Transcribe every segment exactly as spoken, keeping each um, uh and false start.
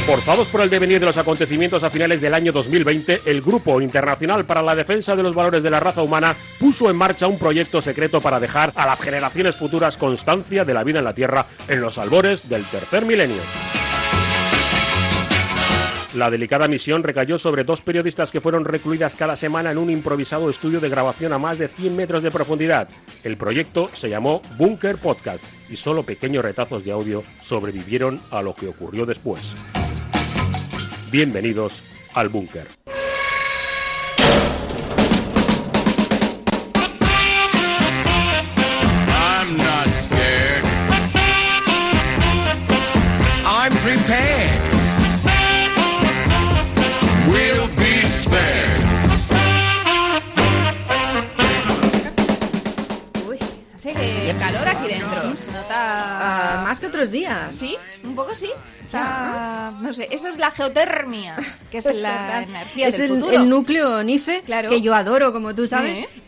Forzados por el devenir de los acontecimientos a finales del año dos mil veinte, el Grupo Internacional para la Defensa de los Valores de la Raza Humana puso en marcha un proyecto secreto para dejar a las generaciones futuras constancia de la vida en la Tierra en los albores del tercer milenio. La delicada misión recayó sobre dos periodistas que fueron recluidas cada semana en un improvisado estudio de grabación a más de cien metros de profundidad. El proyecto se llamó Búnker Podcast y solo pequeños retazos de audio sobrevivieron a lo que ocurrió después. Bienvenidos al Búnker. I'm not scared. I'm prepared. We'll be spared. Uy, hace calor aquí dentro. Se nota... Uh, más que otros días. Sí, un poco sí. O sea, no sé, esto es la geotermia, que es la energía es del el, futuro. el núcleo N I F E, claro, que yo adoro, como tú sabes, ¿Eh?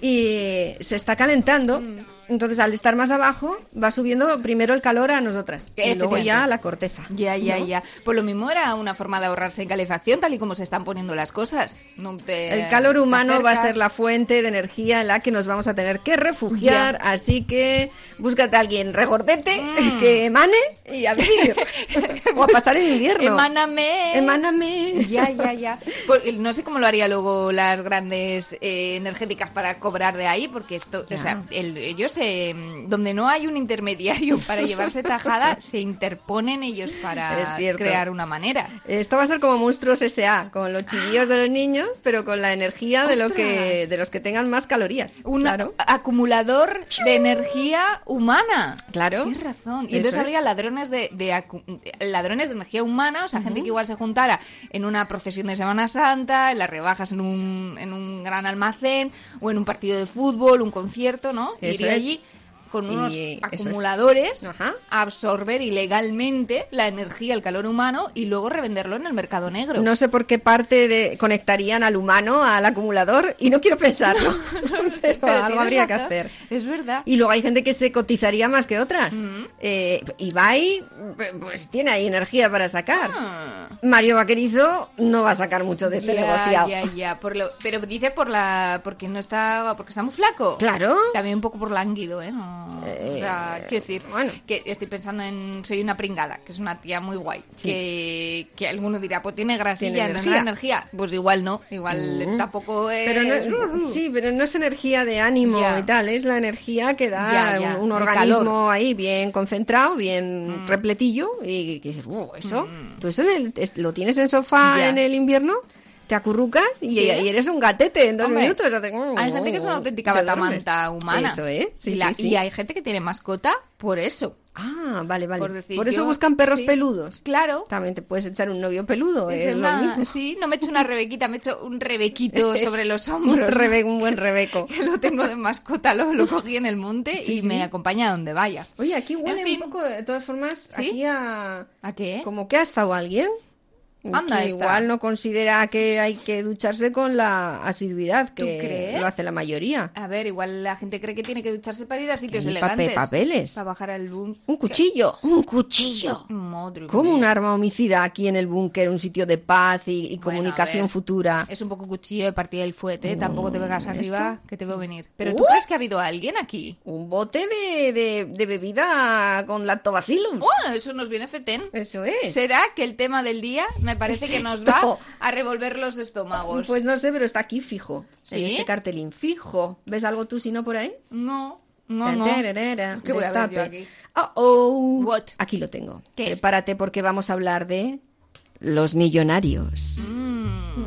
y se está calentando. Mm. Entonces, al estar más abajo, va subiendo primero el calor a nosotras y luego ya a la corteza. Ya, ya, ¿no? ya. Pues lo mismo era una forma de ahorrarse en calefacción, tal y como se están poniendo las cosas. No te, el calor humano va a ser la la fuente de energía en la que nos vamos a tener que refugiar, ya. Así que búscate a alguien regordete mm. que emane y a vivir. O a pasar el invierno. Emáname. Emáname. Ya, ya, ya. Pues, no sé cómo lo haría luego las grandes eh, energéticas para cobrar de ahí, porque esto, ya. o sea, el, ellos eh, donde no hay un intermediario para llevarse tajada, se interponen ellos para crear una manera. Esto va a ser como Monstruos S A, con los chillidos de los niños, pero con la energía de lo que de los que tengan más calorías. Un claro. acumulador de energía humana. Claro. Tienes razón. Y entonces habría ladrones de, de, de ladrones de energía humana, o sea, uh-huh. gente que igual se juntara en una procesión de Semana Santa, en las rebajas en un, en un gran almacén, o en un partido de fútbol, un concierto, ¿no? Eso Iría es. allí con unos y acumuladores es. a absorber ilegalmente la energía, el calor humano y luego revenderlo en el mercado negro. No sé por qué parte de conectarían al humano al acumulador y no quiero pensarlo, no, no sé, pero, pero algo habría razón. que hacer. Es verdad. Y luego hay gente que se cotizaría más que otras. Mm. Eh, Ibai, pues tiene ahí energía para sacar. Ah. Mario Vaquerizo no va a sacar mucho de este ya, negociado. Ya, ya, por lo, pero dice por la porque no está porque está muy flaco. Claro. También un poco por lánguido, ¿eh? No, eh o sea, quiero decir, bueno. que estoy pensando en Soy una pringada, que es una tía muy guay, sí. que, que alguno dirá, pues tiene grasilla, ¿Tiene no energía? es energía. Pues igual no, igual mm. tampoco es... Pero no es, sí, pero no es energía de ánimo ya. y tal, es la energía que da ya, ya. un, un organismo ahí bien concentrado, bien mm. repletillo y que dices, uh, eso, mm. ¿tú eso en el, lo tienes en sofá ya. en el invierno? Te acurrucas y, ¿Sí? y eres un gatete en dos Hombre, minutos. Hace, uh, hay gente que es una auténtica batamanta humana. Eso, ¿eh? Sí, y, sí, la, sí. y hay gente que tiene mascota por eso. Ah, vale, vale. Por, decir, por eso yo, buscan perros sí, peludos. Claro. También te puedes echar un novio peludo, es, es lo una, mismo. Sí, no me echo una rebequita, me echo un rebequito sobre los hombros. Un, rebe, un buen rebeco. Que lo tengo de mascota, lo, lo cogí en el monte sí, y sí. me acompaña a donde vaya. Oye, aquí huele en fin. un poco, de todas formas, ¿Sí? aquí a... ¿A qué? Como que ha estado alguien. Anda, que igual no considera que hay que ducharse con la asiduidad que ¿Tú crees? Lo hace la mayoría. A ver, igual la gente cree que tiene que ducharse para ir a sitios ¿Qué elegantes. papeles? Para bajar al búnker. Un cuchillo, un cuchillo. Madre Como mía. un arma homicida aquí en el búnker, un sitio de paz y, y Bueno, comunicación a ver, futura. Es un poco cuchillo de partida del fuete, mm, tampoco te vengas arriba, ¿esto? que te veo venir. ¿Pero ¿Uh? tú crees que ha habido alguien aquí? Un bote de, de, de bebida con lactobacillus. ¡Oh! Eso nos viene fetén. Eso es. ¿Será que el tema del día me parece ¿Es que nos esto? va a revolver los estómagos? Pues no sé, pero está aquí fijo. ¿Sí? En este cartelín fijo. ¿Ves algo tú si no por ahí? No, no, no. Tararara, ¿Qué voy a ver yo destape. aquí? Oh, oh. What? Aquí lo tengo. ¿Qué es? Prepárate porque vamos a hablar de los millonarios. Mm.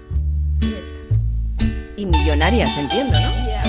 Ahí está. Y millonarias, entiendo, ¿no? Yeah.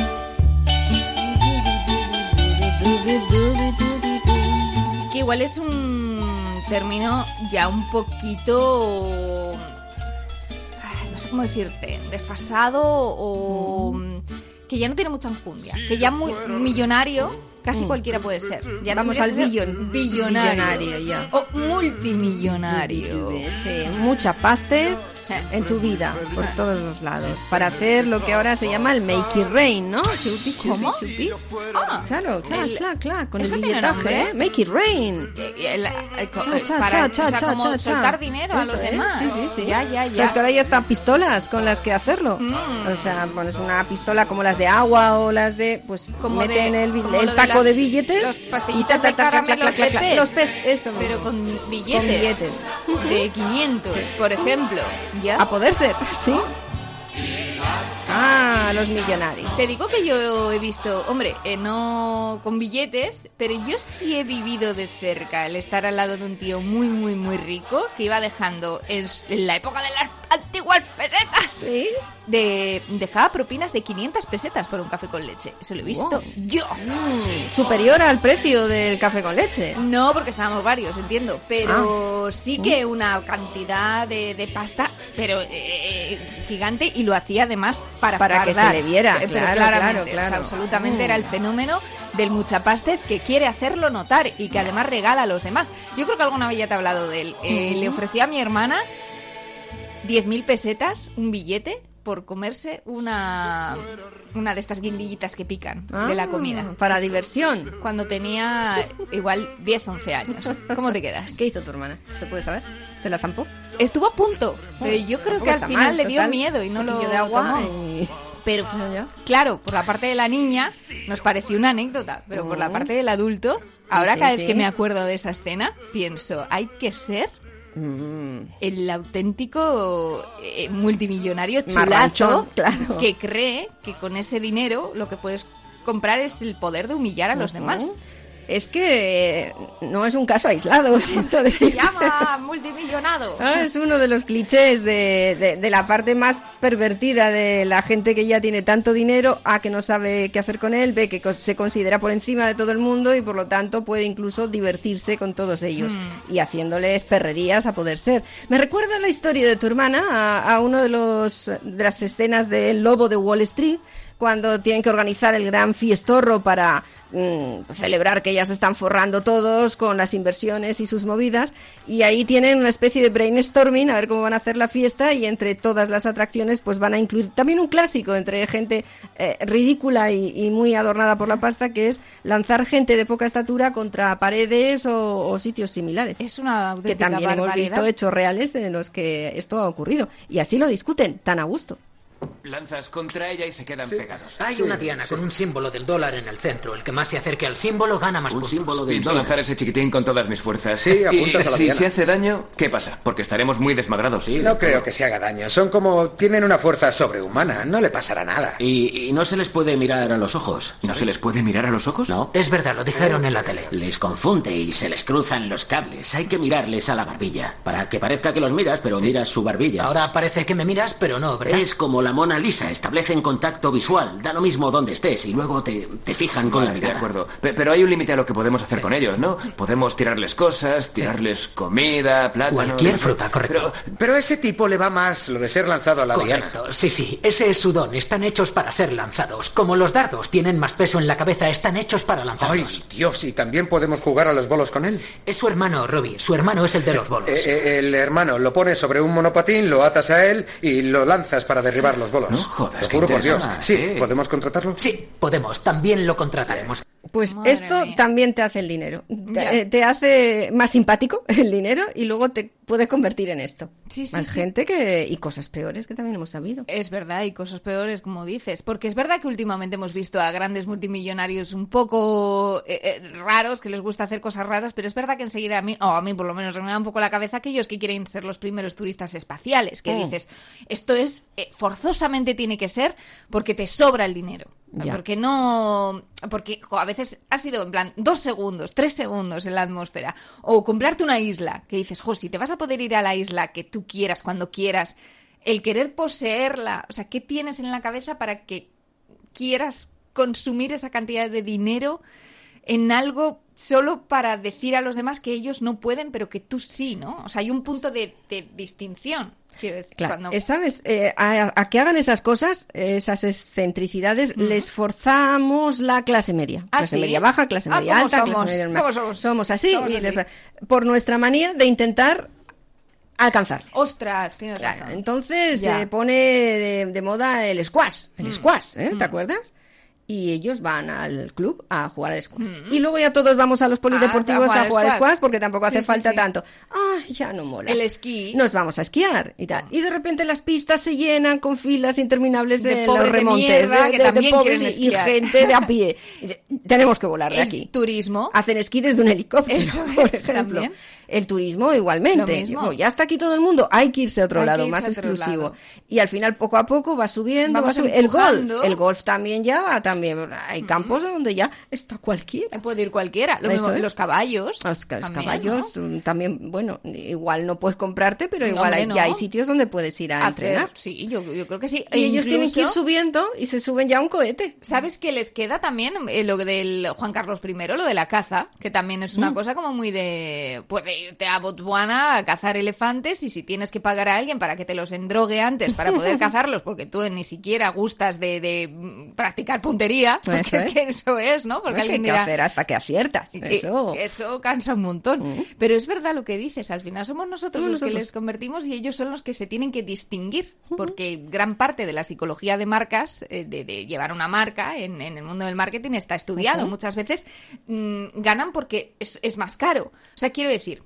Que igual es un término ya un poquito, no sé cómo decirte, desfasado o mm. que ya no tiene mucha enjundia, que ya muy millonario Casi Mm. cualquiera puede ser. Ya Vamos tendrías al que ser billon- billonario. billonario, ya. O multimillonario. Sí, mucha pasta en tu vida, por todos los lados, para hacer lo que ahora se llama el make it rain, ¿no? Chupi, chupi, ¿Cómo? chupi. Ah, Claro, claro, el- claro, claro, con el ¿eso tiene billetaje, nombre? ¿eh? Make it rain. Eh, el- el- co- Cha, eh, cha, para cha, o cha, sea, cha, como cha, cha. soltar dinero a Eso, los ¿eh? demás. Sí, sí, sí. Ya, ya, ya. ¿Sabes que ahora ya están pistolas con las que hacerlo? Mm. O sea, pones una pistola como las de agua o las de, pues, Como meten de- el, bi- como el lo de taco las- de billetes las y pastillitas de caramelos de pez. los pez, eso Pero mismo. con billetes. Con billetes. De quinientos, por ejemplo. ¿Ya? A poder ser, ¿sí? Ah, los millonarios. Te digo que yo he visto, hombre, eh, no con billetes, pero yo sí he vivido de cerca el estar al lado de un tío muy, muy, muy rico que iba dejando en, s- en la época de las antiguas pesetas. ¿Sí? De, dejaba propinas de quinientas pesetas por un café con leche. Eso lo he visto Wow. yo. Mm, superior al precio del café con leche. No, porque estábamos varios, entiendo. Pero sí que una cantidad de, de pasta, pero eh, gigante, y lo hacía además para Para que fardar. se le viera, Eh, pero claro, claramente, claro, o sea, claro. absolutamente Mm. era el fenómeno del muchapastez que quiere hacerlo notar y que además regala a los demás. Yo creo que alguna vez ya te he hablado de él. Eh, Le ofreció a mi hermana diez mil pesetas, un billete, por comerse una, una de estas guindillitas que pican de la Ah, comida. Para diversión. Cuando tenía igual diez, once años. ¿Cómo te quedas? ¿Qué hizo tu hermana? ¿Se puede saber? ¿Se la zampó? Estuvo a punto, pero yo creo Tampoco que al está final mal, le dio total, miedo y no un lo poquillo de agua tomó. y- Pero No, ya. claro, por la parte de la niña nos pareció una anécdota, pero por la Mm. parte del adulto, ahora sí, cada vez sí. que me acuerdo de esa escena, pienso, hay que ser Mm. el auténtico eh, multimillonario chulazo Marranchón, claro. que cree que con ese dinero lo que puedes comprar es el poder de humillar a los Ujú. demás. Es que no es un caso aislado, siento Se decir. llama multimillonado. Ah, es uno de los clichés de, de- de la parte más pervertida de la gente que ya tiene tanto dinero, a que no sabe qué hacer con él, ve que co- se considera por encima de todo el mundo y por lo tanto puede incluso divertirse con todos ellos y haciéndoles perrerías a poder ser. Me recuerda la historia de tu hermana a, a uno de los de las escenas de El Lobo de Wall Street, cuando tienen que organizar el gran fiestorro para mm, celebrar que ya se están forrando todos con las inversiones y sus movidas, y ahí tienen una especie de brainstorming a ver cómo van a hacer la fiesta, y entre todas las atracciones pues van a incluir también un clásico entre gente eh, ridícula y, y muy adornada por la pasta, que es lanzar gente de poca estatura contra paredes o, o sitios similares. Es una Que auténtica también hemos barbaridad. visto hechos reales en los que esto ha ocurrido, y así lo discuten tan a gusto. Lanzas contra ella y se quedan pegados. Hay una diana con un símbolo del dólar en el centro. El que más se acerque al símbolo gana más Un puntos. símbolo del Pienso lanzar ese chiquitín con todas mis fuerzas. Sí, y apuntas a la si diana. se hace daño, ¿qué pasa? Porque estaremos muy desmadrados. Sí, No creo que se haga daño. Son como... Tienen una fuerza sobrehumana. No le pasará nada. Y, y no se les puede mirar a los ojos. ¿No se les puede mirar a los ojos? No. Es verdad, lo dijeron en la tele. Les confunde y se les cruzan los cables. Hay que mirarles a la barbilla. Para que parezca que los miras, pero miras su barbilla. Ahora parece que me miras, pero no, ¿verdad? Es como la Mona Lisa. Establecen contacto visual. Da lo mismo donde estés y luego te, te fijan con Vale, la mirada. de acuerdo. Pe- Pero hay un límite a lo que podemos hacer con ellos, ¿no? Podemos tirarles cosas, tirarles comida, plátano... Cualquier fruta, correcto. Pero Pero a ese tipo le va más lo de ser lanzado a la diana. Correcto, sí, sí, ese es su don. Están hechos para ser lanzados. Como los dardos tienen más peso en la cabeza, están hechos para lanzarlos. Ay, Dios, ¿y también podemos jugar a los bolos con él? Es su hermano, Robbie. Su hermano es el de los bolos. Eh, eh, el hermano lo pones sobre un monopatín, lo atas a él y lo lanzas para derribar los bolos. No jodas, Lo qué juro por Dios. interesante. Sí, Sí. ¿podemos contratarlo? Sí, podemos. También lo contrataremos. Pues Madre esto mía. también te hace el dinero. Ya. Te, eh, te hace más simpático el dinero y luego te puede convertir en esto. Sí, sí, más sí. gente que y cosas peores que también hemos sabido. Es verdad, y cosas peores, como dices. Porque es verdad que últimamente hemos visto a grandes multimillonarios un poco eh, eh, raros, que les gusta hacer cosas raras, pero es verdad que enseguida a mí, o a mí por lo menos, me da un poco la cabeza aquellos que quieren ser los primeros turistas espaciales, que Mm. dices, esto es, eh, forzosamente tiene que ser porque te sobra el dinero. Ya. Porque no... Porque jo, a veces ha sido en plan dos segundos, tres segundos en la atmósfera. O comprarte una isla, que dices, jo, si te vas a poder ir a la isla que tú quieras, cuando quieras, el querer poseerla, o sea, ¿qué tienes en la cabeza para que quieras consumir esa cantidad de dinero en algo solo para decir a los demás que ellos no pueden, pero que tú sí, ¿no? O sea, hay un punto de, de distinción. Quiero decir, Claro, cuando... eh, ¿sabes? Eh, a, a que hagan esas cosas, esas excentricidades, uh-huh. les forzamos la clase media. ¿Ah, clase sí? media baja, clase ah, media alta, somos? clase media ¿Cómo somos? Somos así, Somos y así. les- por nuestra manía de intentar alcanzar. Ostras, tienes Claro, razón. entonces Ya. se pone de, de moda el squash, el Mm. squash, ¿eh? ¿Te Mm. acuerdas? Y ellos van al club a jugar al squash. Mm. Y luego ya todos vamos a los polideportivos Ah, a jugar al squash porque tampoco Sí, hace sí, falta sí. tanto. ¡Ay, ya no mola! El esquí. Nos vamos a esquiar y tal. Y de repente las pistas se llenan con filas interminables de, De los pobres de remontes, mierda de, que de- de también pobres quieren y, y esquiar. gente de a pie. Y dice, tenemos que volar de El aquí. turismo. Hacen esquí desde un helicóptero, Eso por es, ejemplo. también. El turismo igualmente. Lo mismo. Como ya está aquí todo el mundo, hay que irse a otro Hay que lado, irse más a otro exclusivo. lado. Y al final, poco a poco, va subiendo, Vamos va subiendo. El golf, empujando. el golf también ya va, también. Hay campos donde ya está cualquiera. Puede ir cualquiera. Lo Eso mismo, es. los caballos. Los, ca- los también, caballos ¿no? mm, también, bueno, igual no puedes comprarte, pero No, igual hombre, hay, no. ya hay sitios donde puedes ir a Hacer- entrenar. Sí, yo, yo creo que sí. Y E ellos tienen que ir incluso- subiendo y se suben ya a un cohete. ¿Sabes qué les queda también? Eh, lo del Juan Carlos primero, lo de la caza, que también es una Mm. cosa como muy de... Puede irte a Botswana a cazar elefantes y si tienes que pagar a alguien para que te los endrogue antes para poder cazarlos, porque tú ni siquiera gustas de, de mm, practicar puntería, porque Eso es es. que eso es, ¿no? Porque Porque hay alguien que dirá... hacer hasta que aciertas. Y- Eso. eso cansa un montón. Mm. Pero es verdad lo que dices. Al final somos nosotros Somos los que nosotros. les convertimos y ellos son los que se tienen que distinguir. Porque gran parte de la psicología de marcas, eh, de, de llevar una marca en, en el mundo del marketing, está estudiado. Ujú. Muchas veces mm, ganan porque es, es más caro. O sea, quiero decir,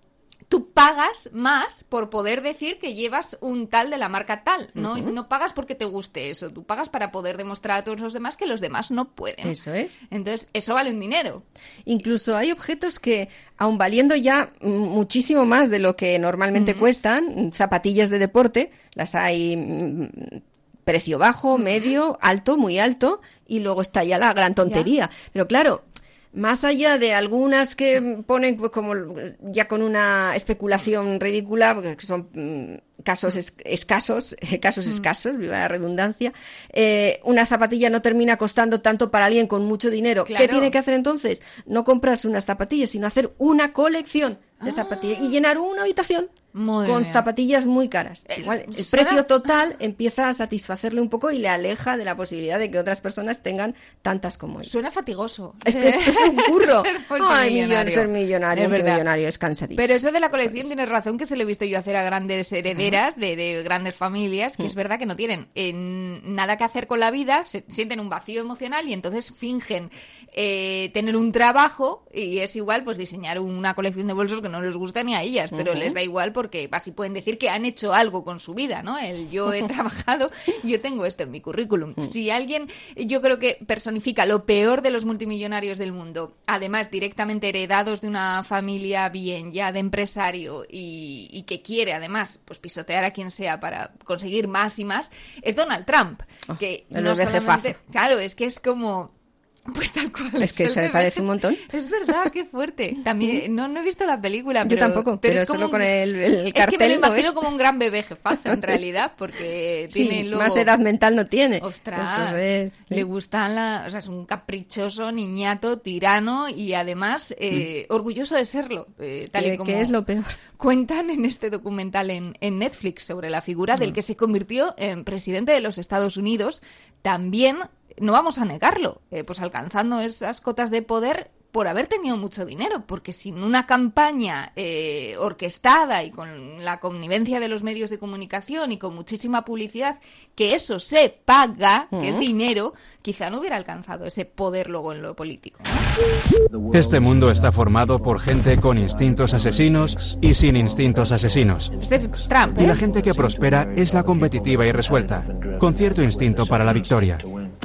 tú pagas más por poder decir que llevas un tal de la marca tal. No, Ujú. no pagas porque te guste eso. Tú pagas para poder demostrar a todos los demás que los demás no pueden. Eso es. Entonces, eso vale un dinero. Incluso hay objetos que, aun valiendo ya mm, muchísimo más de lo que normalmente Ujú. cuestan, zapatillas de deporte, las hay mm, precio bajo, medio, alto, muy alto, y luego está ya la gran tontería. Pero claro, más allá de algunas que ponen pues, como ya con una especulación ridícula, porque son mm, casos es- escasos, eh, casos escasos, viva la redundancia, eh, una zapatilla no termina costando tanto para alguien con mucho dinero. Claro. ¿Qué tiene que hacer entonces? No comprarse unas zapatillas, sino hacer una colección de zapatillas y llenar una habitación Madre con mía. zapatillas muy caras. Eh, Igual, el suena- precio total empieza a satisfacerle un poco y le aleja de la posibilidad de que otras personas tengan tantas como él. Suena fatigoso. Es que esto es un curro. Ser Ay, multimillonario. millon- ser millonario, Es verdad. multimillonario es cansadísimo. Pero eso de la colección tienes razón, que se lo he visto yo hacer a grandes herederas de, de grandes familias, que es verdad que no tienen eh, nada que hacer con la vida, se sienten un vacío emocional y entonces fingen eh, tener un trabajo y es igual pues diseñar una colección de bolsos que no les gusta ni a ellas, pero Ujú. les da igual porque así pueden decir que han hecho algo con su vida, ¿no? El yo he trabajado, yo tengo esto en mi currículum. Si alguien, yo creo que personifica lo peor de los multimillonarios del mundo, además directamente heredados de una familia bien ya de empresario y, y que quiere además pues pisotear a quien sea para conseguir más y más, es Donald Trump, Oh, que el no bebé solamente, jefazo. claro, es que es como pues tal cual. Es que el se me bebé. parece un montón. Es verdad, qué fuerte. También no, no he visto la película, Yo pero, tampoco, pero es como solo un- con el- el Es que me cartel lo lo imagino ves. como un gran bebé jefazo en realidad, porque Sí, tiene luego... más edad mental no tiene. Ostras, Entonces, sí. le gustan la, o sea, es un caprichoso, niñato, tirano y además eh, orgulloso de serlo, eh, tal y Que- como que es lo peor. cuentan en este documental en, en Netflix sobre la figura del que se convirtió en presidente de los Estados Unidos, también, no vamos a negarlo, eh, pues alcanzando esas cotas de poder por haber tenido mucho dinero, porque sin una campaña eh, orquestada y con la connivencia de los medios de comunicación y con muchísima publicidad, que eso se paga, que es Ujú. dinero, quizá no hubiera alcanzado ese poder luego en lo político. ¿no? Este mundo está formado por gente con instintos asesinos y sin instintos asesinos. Este es Trump, Y ¿eh? la gente que prospera es la competitiva y resuelta, con cierto instinto para la victoria.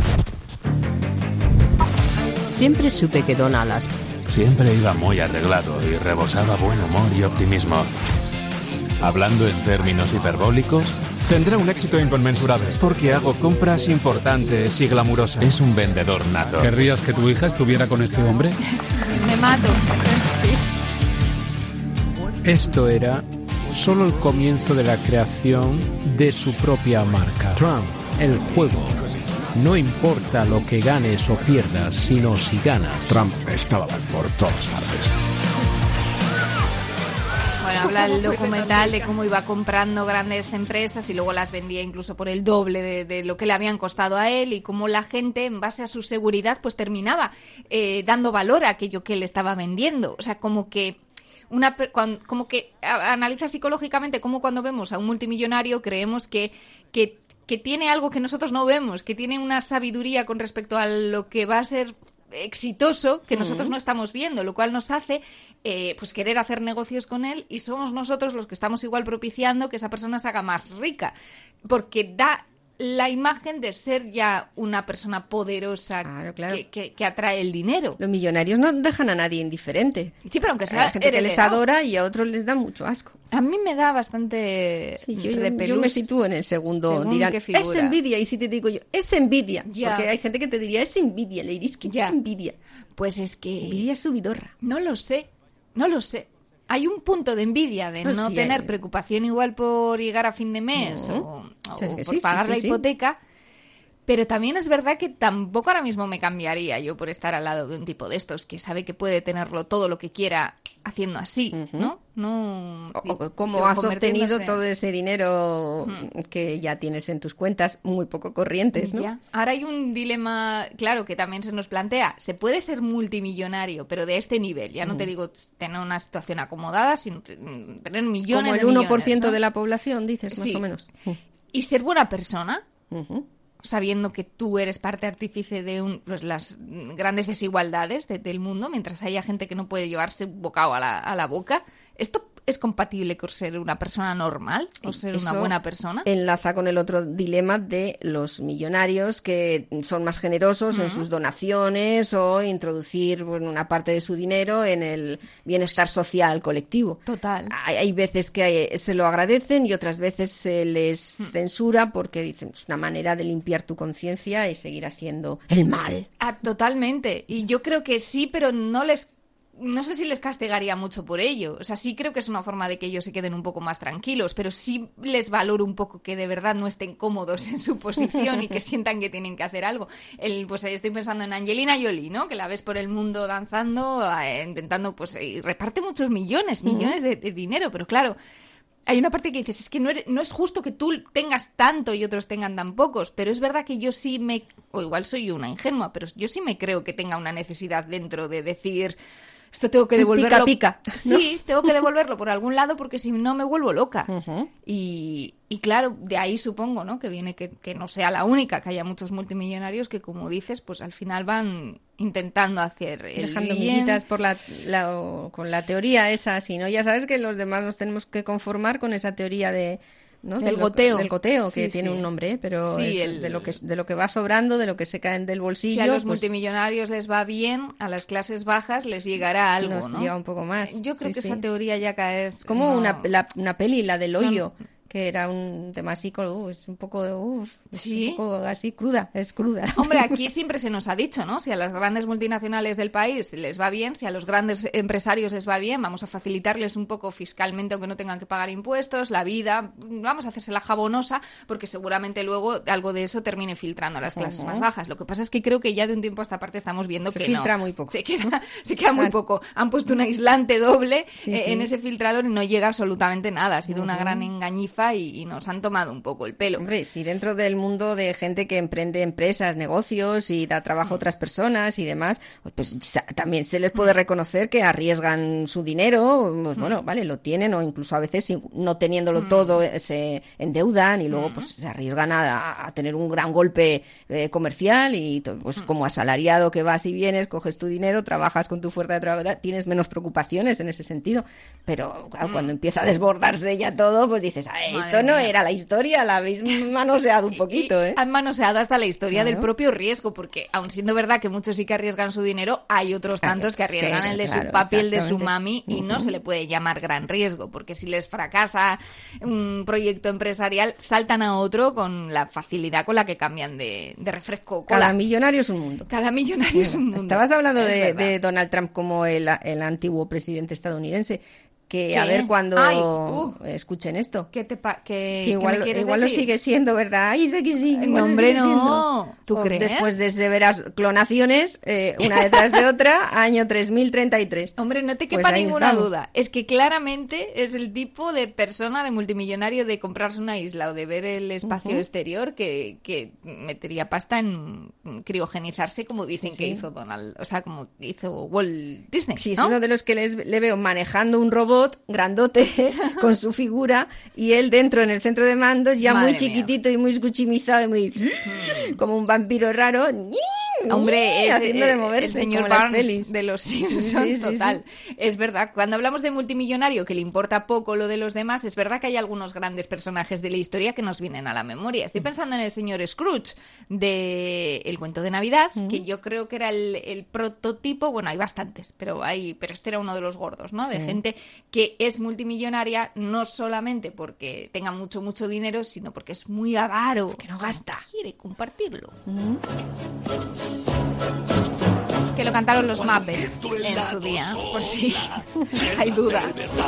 Siempre supe que Don Alas Siempre iba muy arreglado y rebosaba buen humor y optimismo. Hablando en términos hiperbólicos, Tendrá un éxito inconmensurable, porque hago compras importantes y glamurosas. es un vendedor nato. ¿Querrías que tu hija estuviera con este hombre? Me mato. Sí. Esto era solo el comienzo de la creación de su propia marca. Trump, el juego. No importa lo que ganes o pierdas, sino si ganas. Trump estaba por todas partes. Bueno, habla el documental de cómo iba comprando grandes empresas y luego las vendía incluso por el doble de, de lo que le habían costado a él, y cómo la gente, en base a su seguridad, pues terminaba eh, dando valor a aquello que él estaba vendiendo. O sea, como que una como que analiza psicológicamente cómo cuando vemos a un multimillonario creemos que, que, que tiene algo que nosotros no vemos, que tiene una sabiduría con respecto a lo que va a ser exitoso que nosotros no estamos viendo, lo cual nos hace eh, pues querer hacer negocios con él, y somos nosotros los que estamos igual propiciando que esa persona se haga más rica, porque da la imagen de ser ya una persona poderosa. Claro, claro. Que, que, que atrae el dinero. Los millonarios no dejan a nadie indiferente. Sí, pero aunque sea hay gente heredero, que les adora y a otros les da mucho asco. A mí me da bastante sí, yo, yo me sitúo en el segundo. Dirán, es envidia, y si te digo yo, es envidia, ya. Porque hay gente que te diría, es envidia, Leirisky, es envidia. Pues es que... Envidia subidorra. No lo sé, no lo sé. Hay un punto de envidia, de no, no sí, tener hay... preocupación igual por llegar a fin de mes no. o, o sí, por sí, pagar sí, la sí, hipoteca, sí. Pero también es verdad que tampoco ahora mismo me cambiaría yo por estar al lado de un tipo de estos que sabe que puede tenerlo todo lo que quiera haciendo así, uh-huh. ¿no? no o, o ¿Cómo has obtenido todo ese dinero uh-huh. que ya tienes en tus cuentas muy poco corrientes, ¿no? Ya. Ahora hay un dilema, claro, que también se nos plantea. Se puede ser multimillonario, pero de este nivel. Ya no uh-huh. te digo tener una situación acomodada, sino tener millones Como el de millones, uno por ciento ¿no? de la población, dices, más sí. o menos. Uh-huh. Y ser buena persona. Uh-huh. Sabiendo que tú eres parte artífice de un, pues, las grandes desigualdades de, del mundo, mientras haya gente que no puede llevarse un bocado a la, a la boca. ¿Esto es compatible con ser una persona normal o ser Eso una buena persona? Enlaza con el otro dilema de los millonarios que son más generosos uh-huh. en sus donaciones o introducir bueno, una parte de su dinero en el bienestar social colectivo. Total. Hay, hay veces que hay, se lo agradecen y otras veces se les uh-huh. censura porque dicen es una manera de limpiar tu conciencia y seguir haciendo el mal. Ah, totalmente. Y yo creo que sí, pero no les No sé si les castigaría mucho por ello. O sea, sí creo que es una forma de que ellos se queden un poco más tranquilos, pero sí les valoro un poco que de verdad no estén cómodos en su posición y que sientan que tienen que hacer algo. El, pues estoy pensando en Angelina Jolie, ¿no? Que la ves por el mundo danzando, eh, intentando, pues, y reparte muchos millones, millones uh-huh. de, de dinero, pero claro... Hay una parte que dices, es que no, eres, no es justo que tú tengas tanto y otros tengan tan pocos, pero es verdad que yo sí me, o igual soy una ingenua, pero yo sí me creo que tenga una necesidad dentro de decir, esto tengo que devolverlo. Pica, pica. Sí, ¿no? Tengo que devolverlo por algún lado porque si no me vuelvo loca. Uh-huh. Y, y claro, de ahí supongo, ¿no? Que viene que, que no sea la única, que haya muchos multimillonarios que, como dices, pues al final van intentando hacer el dejando bien. miguitas por la, la o, con la teoría esa, si no, ya sabes que los demás nos tenemos que conformar con esa teoría de ¿no? Del de goteo. Lo, del goteo, que sí, tiene sí. un nombre, pero sí, es el... de lo que de lo que va sobrando, de lo que se caen del bolsillo. Si a los pues, multimillonarios les va bien, a las clases bajas les llegará algo, nos ¿no? llega un poco más. Yo creo sí, que sí. esa teoría ya cada vez... Es como no... una, la, una peli, la del hoyo. No. Que era un tema así, uh, es un poco de, uh, ¿Sí? un poco así cruda, es cruda. Hombre, aquí siempre se nos ha dicho, ¿no? Si a las grandes multinacionales del país les va bien, si a los grandes empresarios les va bien, vamos a facilitarles un poco fiscalmente, aunque no tengan que pagar impuestos, la vida, vamos a hacérsela jabonosa, porque seguramente luego algo de eso termine filtrando a las clases uh-huh. más bajas. Lo que pasa es que creo que ya de un tiempo a esta parte estamos viendo se que filtra no. muy poco. Se queda, se queda muy poco. Han puesto un aislante doble sí, eh, sí. en ese filtrador y no llega absolutamente nada. Ha sido uh-huh. una gran engañifa y, y nos han tomado un poco el pelo. Hombre, sí, dentro del mundo de gente que emprende empresas, negocios y da trabajo a otras personas y demás, pues también se les puede reconocer que arriesgan su dinero, pues bueno, vale, lo tienen o incluso a veces no teniéndolo todo se endeudan y luego pues se arriesgan a, a tener un gran golpe eh, comercial y pues como asalariado que vas y vienes, coges tu dinero, trabajas con tu fuerza de trabajo, tienes menos preocupaciones en ese sentido, pero claro, cuando empieza a desbordarse ya todo, pues dices, ah, esto no era la historia, la habéis manoseado un poquito, ¿eh? Han manoseado hasta la historia claro. del propio riesgo, porque aun siendo verdad que muchos sí que arriesgan su dinero, hay otros tantos que arriesgan el de su papi, el de su mami, y uh-huh. no se le puede llamar gran riesgo, porque si les fracasa un proyecto empresarial, saltan a otro con la facilidad con la que cambian de, de refresco. Cola. Cada millonario es un mundo. Cada millonario es un mundo. Estabas hablando de, de Donald Trump como el, el antiguo presidente estadounidense. que ¿Qué? a ver cuando Ay, uh. escuchen esto. ¿Qué te pa qué, Que igual, ¿qué me quieres igual lo decir? sigue siendo, ¿verdad? Ay, de que sí. No, hombre, no. ¿Tú o crees? Después de severas clonaciones, eh, una detrás de otra, año tres mil treinta y tres. Hombre, no te Pues quepa ahí ninguna estamos. duda. Es que claramente es el tipo de persona, de multimillonario, de comprarse una isla o de ver el espacio Ujú. exterior que, que metería pasta en criogenizarse, como dicen Sí, que sí. hizo Donald, o sea, como hizo Walt Disney. Sí, es ¿no? uno de los que les, le veo manejando un robot grandote con su figura y él dentro en el centro de mandos ya Madre muy chiquitito y muy escuchimizado y muy como un vampiro raro. Hombre, es haciéndole eh, moverse el señor como en las Barnes pelis. de los Sí, Simpsons, sí, sí, total. sí. Es verdad, cuando hablamos de multimillonario que le importa poco lo de los demás, es verdad que hay algunos grandes personajes de la historia que nos vienen a la memoria. Estoy pensando en el señor Scrooge de El cuento de Navidad, que yo creo que era el, el prototipo, bueno, hay bastantes, pero hay, pero este era uno de los gordos, ¿no? De Sí. gente que es multimillonaria no solamente porque tenga mucho, mucho dinero, sino porque es muy avaro. Que no gasta. Quiere compartirlo. Que lo cantaron los Muppets en su día, por si hay duda.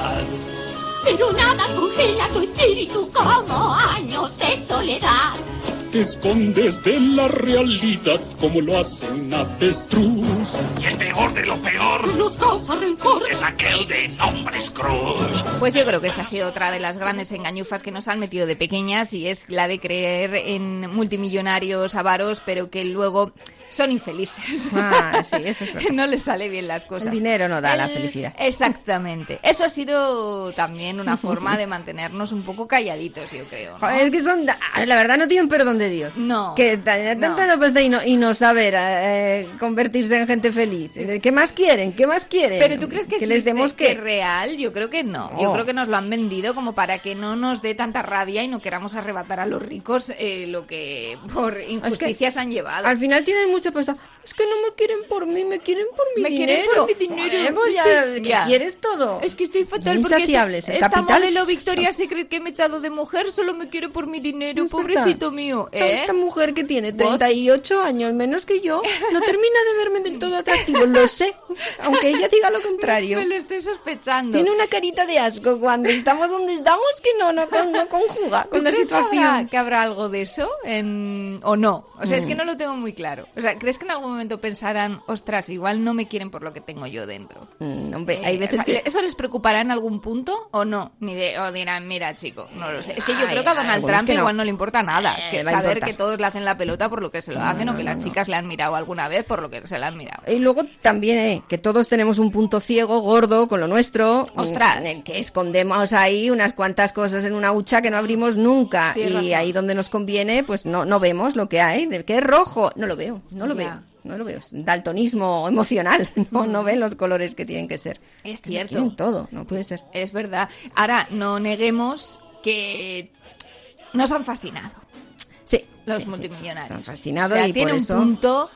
Pero nada congela tu espíritu como años de soledad. Te escondes de la realidad como lo hace un avestruz. Y el peor de lo peor Nos causa rencor. es aquel de nombre Scrooge. Pues yo creo que esta ha sido otra de las grandes engañufas que nos han metido de pequeñas y es la de creer en multimillonarios avaros, pero que luego son infelices. Ah, sí, eso es verdad. No les sale bien las cosas. El dinero no da la El- felicidad. Exactamente. Eso ha sido también una forma de mantenernos un poco calladitos, yo creo, ¿no? Joder, es que son, la verdad no tienen perdón de Dios. No. Que t- tanta No. no. pasta y no, y no saber eh, convertirse en gente feliz. ¿Qué más quieren? ¿Qué más quieren? Pero ¿tú crees que, que les existe, demos que que es real? Yo creo que no. Yo No. creo que nos lo han vendido como para que no nos dé tanta rabia y no queramos arrebatar a los ricos eh, lo que por injusticias han llevado. al final tienen mucha pasta. Es que no me quieren por mí, me quieren por mi Me dinero. quieren por mi dinero. Joder, pues Es ya, que- ¿qué ya. quieres todo? Es que estoy fatal porque Insaciables, esta, el esta capital modelo es- Victoria Secret que me he echado de mujer solo me quiere por mi dinero, Es pobrecito verdad. mío. Esta- ¿eh? Esta mujer que tiene treinta y ocho años menos que yo no termina de verme del todo atractivo, lo sé, aunque ella diga lo contrario. Me lo estoy sospechando. Tiene una carita de asco cuando estamos donde estamos que no, no, con- no conjuga ¿Tú con la crees que situación. habrá, que habrá algo de eso en... o no? O sea, es que Mm. no lo tengo muy claro. O sea, ¿crees que en algún momento pensarán, ostras, igual no me quieren por lo que tengo yo dentro? Mm, hombre, Eh, hay veces o sea, que... ¿eso les preocupará en algún punto o no? Ni de, o dirán, mira, chico, no lo sé. Es que yo Ay, creo que a Donald algunos Trump que no. igual no le importa nada. Eh, que le va a saber importar. que todos le hacen la pelota por lo que se lo hacen No, o que no, las no. chicas le han mirado alguna vez por lo que se la han mirado. Y luego también eh, que todos tenemos un punto ciego gordo con lo nuestro, Ostras. en el que escondemos ahí unas cuantas cosas en una hucha que no abrimos nunca. Tienes y razón. ahí donde nos conviene, pues no, no vemos lo que hay, del que es rojo. No lo veo, no lo Ya. veo. No lo veo, es daltonismo emocional, no, no ven los colores que tienen que ser. Es Que lo cierto. quieren todo, no puede ser. Es verdad. Ahora, no neguemos que nos han fascinado. Sí, Los sí, sí, multimillonarios. sí, se han fascinado O sea, y tiene por un eso... punto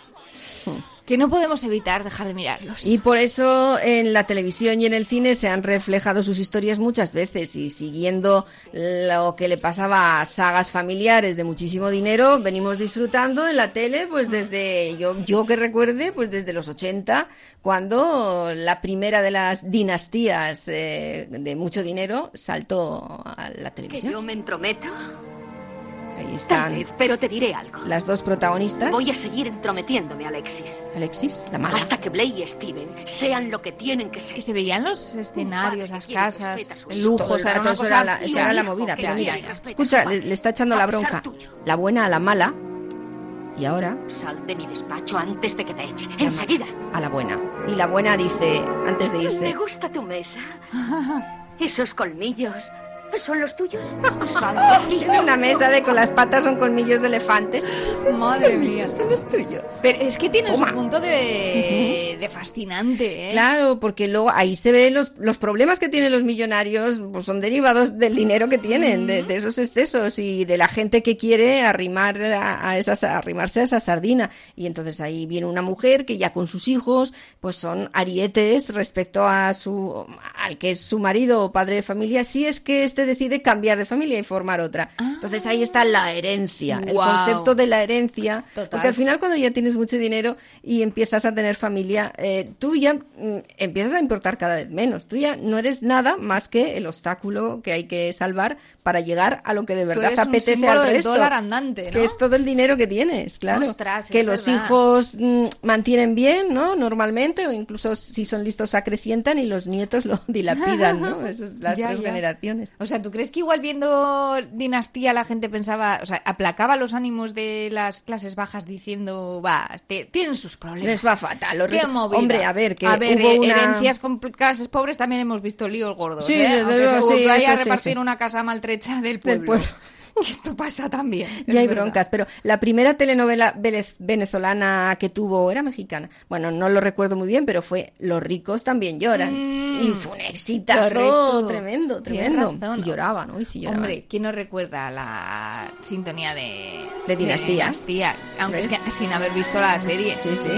que no podemos evitar dejar de mirarlos. Y por eso en la televisión y en el cine se han reflejado sus historias muchas veces y siguiendo lo que le pasaba a sagas familiares de muchísimo dinero, venimos disfrutando en la tele pues desde, yo, yo que recuerde, pues desde los ochenta, cuando la primera de las dinastías eh, de mucho dinero saltó a la ¿Que televisión. yo me entrometo? Ahí Tal están vez, pero te diré algo. las dos protagonistas, Voy a seguir entrometiéndome, Alexis. Alexis, la mala. Hasta que Blake y Steven sean lo que tienen que ser. Y se veían los escenarios, las quiere que casas, respeta su el hijo. lujo, Todo o el sea, era rato una eso cosa... era la, esa era la hijo movida, que pero quiera mira, y respeta escucha, a su le, padre, le está echando a la pesar bronca, tuyo. la buena a la mala, y ahora Sal de mi despacho antes de que te eche. Enseguida. a la buena. Y la buena dice, antes de Me irse, gusta tu mesa. Esos colmillos. ¿Son los tuyos? Sal de aquí. tiene una mesa de con las patas son colmillos de elefantes. Madre mía. Son los tuyos. Pero es que tiene Toma. un punto de, de fascinante, ¿eh? Claro, porque luego ahí se ven los, los problemas que tienen los millonarios, pues son derivados del dinero que tienen, de, de esos excesos y de la gente que quiere arrimar a, a esas, arrimarse a esa sardina. Y entonces ahí viene una mujer que ya con sus hijos, pues son arietes respecto a su, al que es su marido o padre de familia, si es que este este decide cambiar de familia y formar otra. Ah. Entonces ahí está la herencia, Wow. el concepto de la herencia. Total. Porque al final cuando ya tienes mucho dinero y empiezas a tener familia, eh, tú ya mm, empiezas a importar cada vez menos. Tú ya no eres nada más que el obstáculo que hay que salvar para llegar a lo que de Tú verdad eres te un apetece símbolo al del resto. dólar andante, ¿no? Que es todo el dinero que tienes, claro. Ostras, que es los verdad. hijos mm, mantienen bien, ¿no? Normalmente, o incluso si son listos acrecientan y los nietos lo dilapidan, ¿no? Esas son las Ya, tres ya. generaciones. O sea, ¿tú crees que igual viendo Dinastía la gente pensaba, o sea, aplacaba los ánimos de las clases bajas diciendo, va, te- tienen sus problemas? Les va fatal. Los Qué ricos- movida. Hombre, a ver, que a ver, hubo eh, una... herencias con clases pobres también hemos visto líos gordos, Sí, ¿eh? desde Aunque luego, seguro sí, que vaya a eso sí, repartir sí. una casa maltrecha del pueblo. Del pueblo. Que esto pasa también. Ya es hay verdad. broncas, pero la primera telenovela venez- venezolana que tuvo era mexicana. Bueno, no lo recuerdo muy bien, pero fue Los ricos también lloran. Mm, y fue un exitazo correcto. tremendo, Tienes tremendo. razón. Y lloraban, ¿no? Y sí lloraban. Hombre, ¿quién no recuerda la sintonía de, De Dinastía? Dinastía? Aunque es ¿Ves? que sin haber visto la serie. Sí, sí.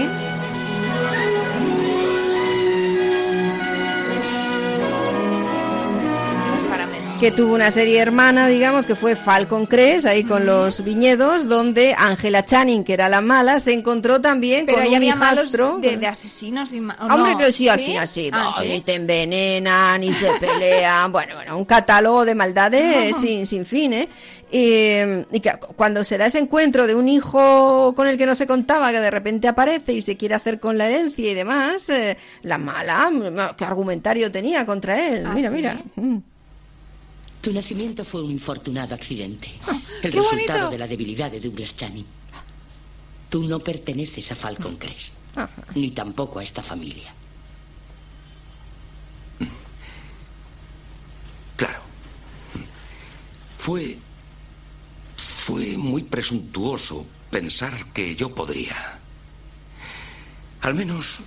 No es para menos. Que tuvo una serie hermana, digamos, que fue Falcon Crest, ahí con los viñedos, donde Angela Channing, que era la mala, se encontró también Pero con ahí un había malos hijastro. de, de asesinos y ma- ¿o Hombre, no? que sí, al final sí, Ah, no, ¿sí? y se envenenan y se pelean, bueno, bueno, un catálogo de maldades sin, sin fin, ¿eh? Y, y que cuando se da ese encuentro de un hijo con el que no se contaba, que de repente aparece y se quiere hacer con la herencia y demás, eh, la mala, ¿qué argumentario tenía contra él? ¿Ah, mira, sí? mira. Mm. Tu nacimiento fue un infortunado accidente. El ¡Qué resultado bonito! de la debilidad de Douglas Channing. Tú no perteneces a Falcon Crest, ni tampoco a esta familia. Claro. Fue... Fue muy presuntuoso pensar que yo podría. Al menos...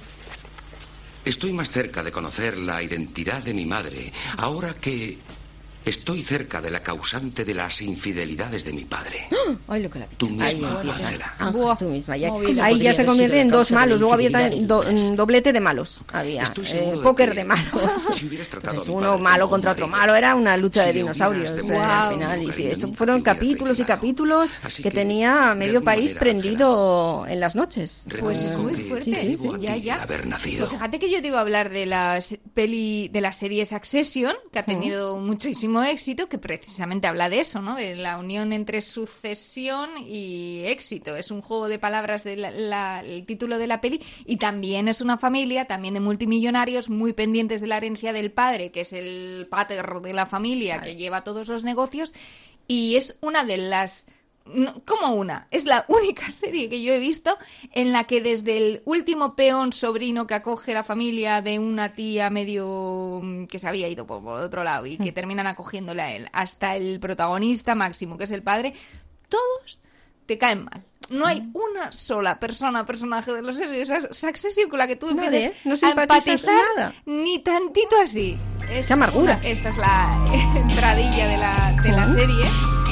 Estoy más cerca de conocer la identidad de mi madre ahora que estoy cerca de la causante de las infidelidades de mi padre. Ay, lo que la Tú misma, Ay, bueno, Ángela. Ángel, Buah, tú misma. Ya- movida. ahí ya se Podría convierte haber en sido la dos causa de la malos. Luego había infidelidad también de do- Douglas. mm, doblete de malos. Había Estoy eh, seguro de póker que de malos. si hubieras tratado Entonces, a mi uno padre malo como contra un otro marido, malo. Era una lucha si de le hubieras dinosaurios eh, demostrado al Guau. final. Y mujer, sí, yo eso nunca fueron te hubiera capítulos y traicionado. capítulos Así que que, tenía de medio alguna país manera, prendido en las noches. Pues es muy que fuerte. Sí, sí, debo a ya, ti ya. haber nacido. Pues fíjate que yo te iba a hablar de la se- peli, de la serie Succession, que ha tenido muchísimo éxito, que precisamente habla de eso, ¿no? De la unión entre sucesión y éxito. Es un juego de palabras del título de la peli, y también es una familia, también de multimillonarios, muy pendientes de la herencia del padre, que es el pater de la familia, que lleva todos los negocios, y es una de las... No, como una, es la única serie que yo he visto en la que desde el último peón sobrino que acoge la familia de una tía medio mm, que se había ido por, por otro lado y que terminan acogiéndole a él, hasta el protagonista máximo, que es el padre, todos te caen mal. No hay una sola persona, personaje de la serie Succession con la que tú Nadie, empieces ¿eh? No a simpatizas empatizar nada. ni tantito así. Es ¡Qué amargura! una- esta es la entradilla de la, de la serie.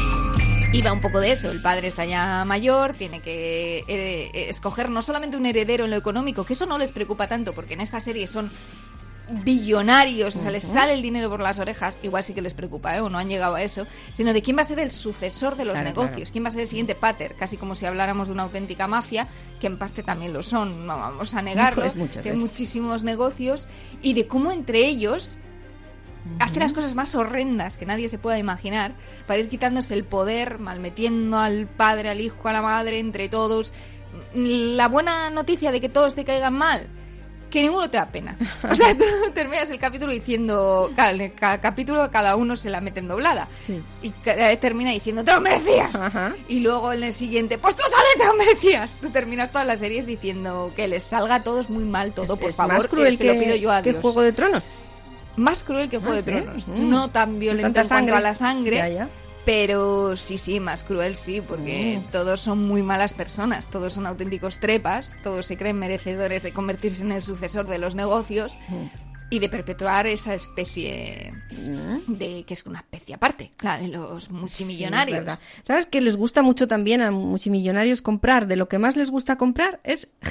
Y va un poco de eso, el padre está ya mayor, tiene que eh, escoger no solamente un heredero en lo económico, que eso no les preocupa tanto, porque en esta serie son billonarios, o sea, les sale el dinero por las orejas, igual sí que les preocupa, ¿eh? O no han llegado a eso, sino de quién va a ser el sucesor de los Claro, negocios, claro. quién va a ser el siguiente pater, casi como si habláramos de una auténtica mafia, que en parte también lo son, no vamos a negarlo, Pues muchas que hay veces. muchísimos negocios, y de cómo entre ellos hace las cosas más horrendas que nadie se pueda imaginar para ir quitándose el poder, malmetiendo al padre, al hijo, a la madre, entre todos. La buena noticia de que todos te caigan mal, que ninguno te da pena. O sea, tú terminas el capítulo diciendo, cada, en cada capítulo cada uno se la mete en doblada. Sí. Y ca- termina diciendo, ¡te lo merecías! Ajá. Y luego en el siguiente, ¡pues tú también te lo merecías! Tú terminas todas las series diciendo que les salga a todos muy mal todo, Es- por es favor, más cruel que se lo que, pido yo a que Dios. Juego de Tronos. Más cruel que Juego Ah, de ¿sí? Tronos. Mm. No tan violento Tanta en cuanto sangre. a la sangre, Ya, ya. pero sí, sí, más cruel sí, porque Mm. todos son muy malas personas, todos son auténticos trepas, todos se creen merecedores de convertirse en el sucesor de los negocios y de perpetuar esa especie de que es una especie aparte, la de los multimillonarios. Sí, es verdad. ¿Sabes que les gusta mucho también a multimillonarios comprar? De lo que más les gusta comprar es gente.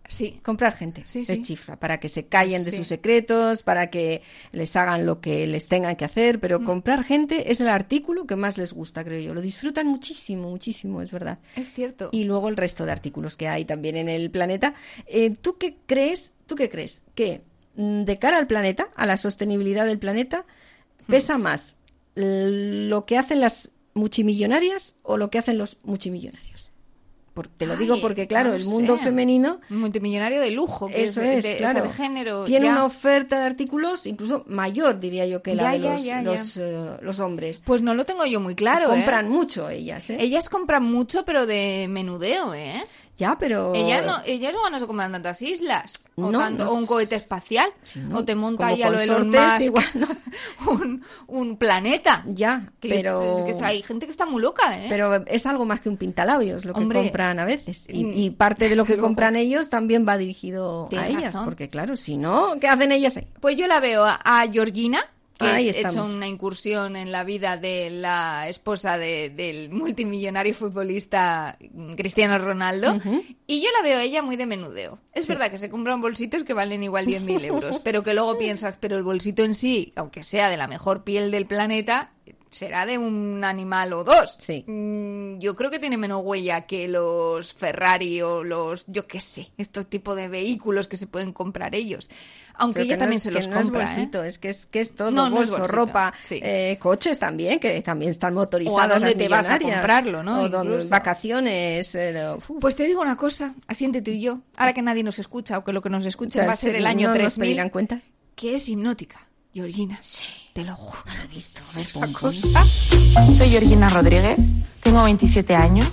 Sí. Comprar gente. Sí, les sí. chifla, para que se callen de Sí. sus secretos, para que les hagan lo que les tengan que hacer, pero Mm. comprar gente es el artículo que más les gusta, creo yo. Lo disfrutan muchísimo, muchísimo, es verdad. Es cierto. Y luego el resto de artículos que hay también en el planeta. Eh, ¿Tú qué crees? ¿Tú qué crees? Que mm, de cara al planeta, a la sostenibilidad del planeta, pesa más l- lo que hacen las multimillonarias o lo que hacen los multimillonarios? Por- te lo Ay, digo porque, claro, no el mundo sé. femenino... Multimillonario de lujo. Que Eso de, es, de- claro. o sea, de género. Tiene ya. una oferta de artículos incluso mayor, diría yo, que la Ya, de ya, los, ya, ya. los, eh, los hombres. Pues no lo tengo yo muy claro. Compran ¿eh? mucho ellas, ¿eh? Ellas compran mucho, pero de menudeo, ¿eh? Ya, pero... Ellas no, ellas no van a comprar tantas islas. O, No, tanto- no o un es- cohete espacial. no, O te monta como ahí a lo Elon consortes, Musk igual, un, un planeta. Ya, Que- pero... que hay gente que está muy loca, ¿eh? Pero es algo más que un pintalabios lo que Hombre, compran a veces. Y, mm, y parte de lo que desde luego. compran ellos también va dirigido a Tienes ellas. razón. Porque claro, si no, ¿qué hacen ellas ahí? Pues yo la veo a, a Georgina, que Ahí ha hecho estamos. una incursión en la vida de la esposa de- del multimillonario futbolista Cristiano Ronaldo, y yo la veo a ella muy de menudeo. Es verdad que se compran bolsitos que valen igual diez mil euros, pero que luego piensas, pero el bolsito en sí, aunque sea de la mejor piel del planeta, será de un animal o dos. Sí. Mm, yo creo que tiene menos huella que los Ferrari o los, yo qué sé, estos tipos de vehículos que se pueden comprar ellos. Aunque Pero ella que no también es- se que los no es compra, bolsito, ¿eh? es que es que es todo, No, no es bolso, bolsito, ropa, sí. eh, coches también, que también están motorizados. O a dónde las te vas a millonarias, comprarlo, ¿no? O donde- Incluso. vacaciones. eh, uf. Pues te digo una cosa, asiente tú y yo, ahora que nadie nos escucha o que lo que nos O escuche sea, va a ser sí, el año no nos tres mil, pedirán cuentas. que es hipnótica, Georgina. Sí. Te lo juro. No lo he visto. Esa cosa. Soy Georgina Rodríguez, tengo veintisiete años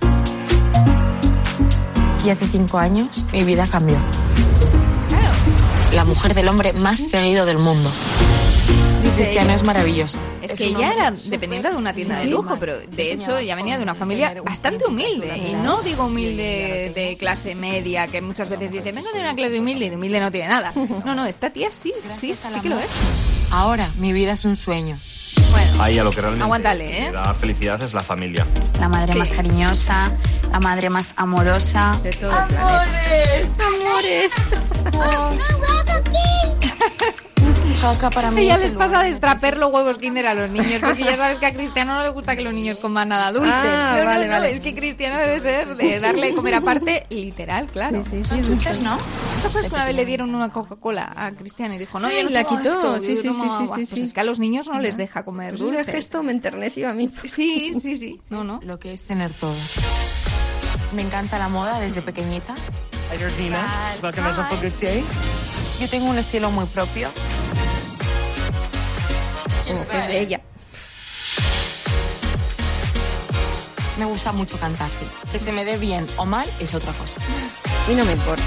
y hace cinco años mi vida cambió. La mujer del hombre más seguido del mundo. Cristiano es maravilloso. Es Es que un ella hombre era súper dependiente de una tienda de sí, lujo, mal. pero de Yo hecho soñaba ella venía de una con familia tener un bastante cinturón humilde. de Y edad. no digo humilde de clase media, que muchas veces dicen, vengo de una clase humilde y de humilde no tiene nada. No, no, esta tía sí, sí, Gracias al sí que lo amor. es. Ahora mi vida es un sueño. Bueno, Ahí a lo que realmente Aguántale, ¿eh? me da felicidad es la familia. La madre Sí. más cariñosa, la madre más amorosa. De todo el planeta. amores. Jaca para mí Ella es les el pasa lugar de extraper los huevos Kinder a los niños, porque ya sabes que a Cristiano no le gusta que los niños coman nada dulce. Ah, no, no, vale, no, vale. es que Cristiano debe ser de darle de comer aparte, literal, claro. Sí, sí, sí. Son chuches, ¿no? ¿Te acuerdas que una vez le dieron una Coca-Cola a Cristiano y dijo, no, yo no la tomo quitó, esto, sí, yo sí, tomo sí, sí, agua"? sí, Pues sí. es que a los niños no les deja comer Pues dulce. ese gesto me enterneció a mí. Sí, sí, sí. No, no. lo que es tener todo. Me encanta la moda desde pequeñita. Hi, Georgina. Welcome to Uncle Good Day. Yo tengo un estilo muy propio. Como que es de ella. Me gusta mucho cantar, sí. Que se me dé bien o mal es otra cosa. Y no me importa.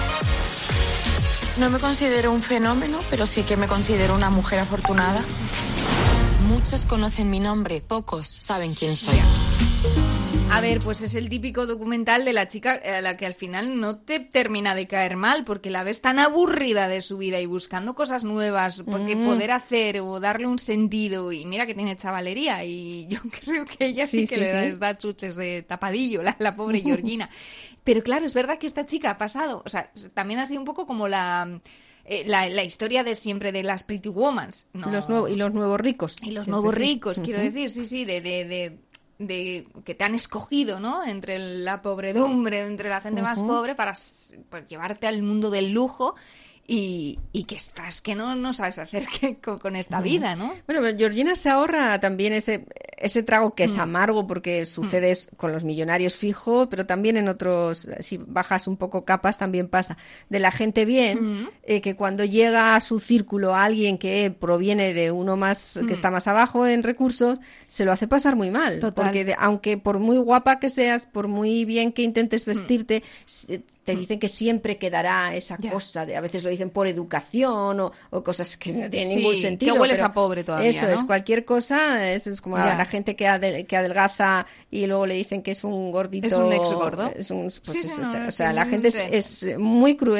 No me considero un fenómeno, pero sí que me considero una mujer afortunada. Muchos conocen mi nombre, pocos saben quién soy. A ver, pues es el típico documental de la chica a la que al final no te termina de caer mal, porque la ves tan aburrida de su vida y buscando cosas nuevas porque Mm. poder hacer o darle un sentido. Y mira que tiene chavalería, y yo creo que ella sí, Sí, que sí, le da, sí. les da chuches de tapadillo, la, la pobre Georgina. Pero claro, es verdad que esta chica ha pasado, o sea, también ha sido un poco como la... eh, la, la historia de siempre de las Pretty Womans. ¿no? Los nuevos, y los nuevos ricos. Y los es nuevos decir. ricos, quiero Ujú. decir, sí, sí, de, de, de, de que te han escogido, ¿no? Entre la pobredumbre, entre la gente más Ujú. pobre, para s- pues, llevarte al mundo del lujo. Y, y que estás, que no, no sabes hacer que, con, con esta vida, ¿no? Bueno, pero Georgina se ahorra también ese, ese trago que es Mm. amargo porque sucede es con los millonarios fijo, pero también en otros, si bajas un poco capas también pasa. De la gente bien, Mm. eh, que cuando llega a su círculo alguien que proviene de uno más, Mm. que está más abajo en recursos, se lo hace pasar muy mal. Total. Porque de- aunque por muy guapa que seas, por muy bien que intentes vestirte, s- te dicen que siempre quedará esa Ya. cosa de, a veces lo dicen por educación o, o cosas que no tienen Sí, ningún que sentido. hueles pero a pobre todavía, Eso ¿no? es, cualquier cosa, es, es como Ya. la gente que, adel- que adelgaza y luego le dicen que es un gordito. Es un ex gordo. Es un- pues Sí, sí, es- no, es- o es sea, un- la gente es, sí. es muy cruel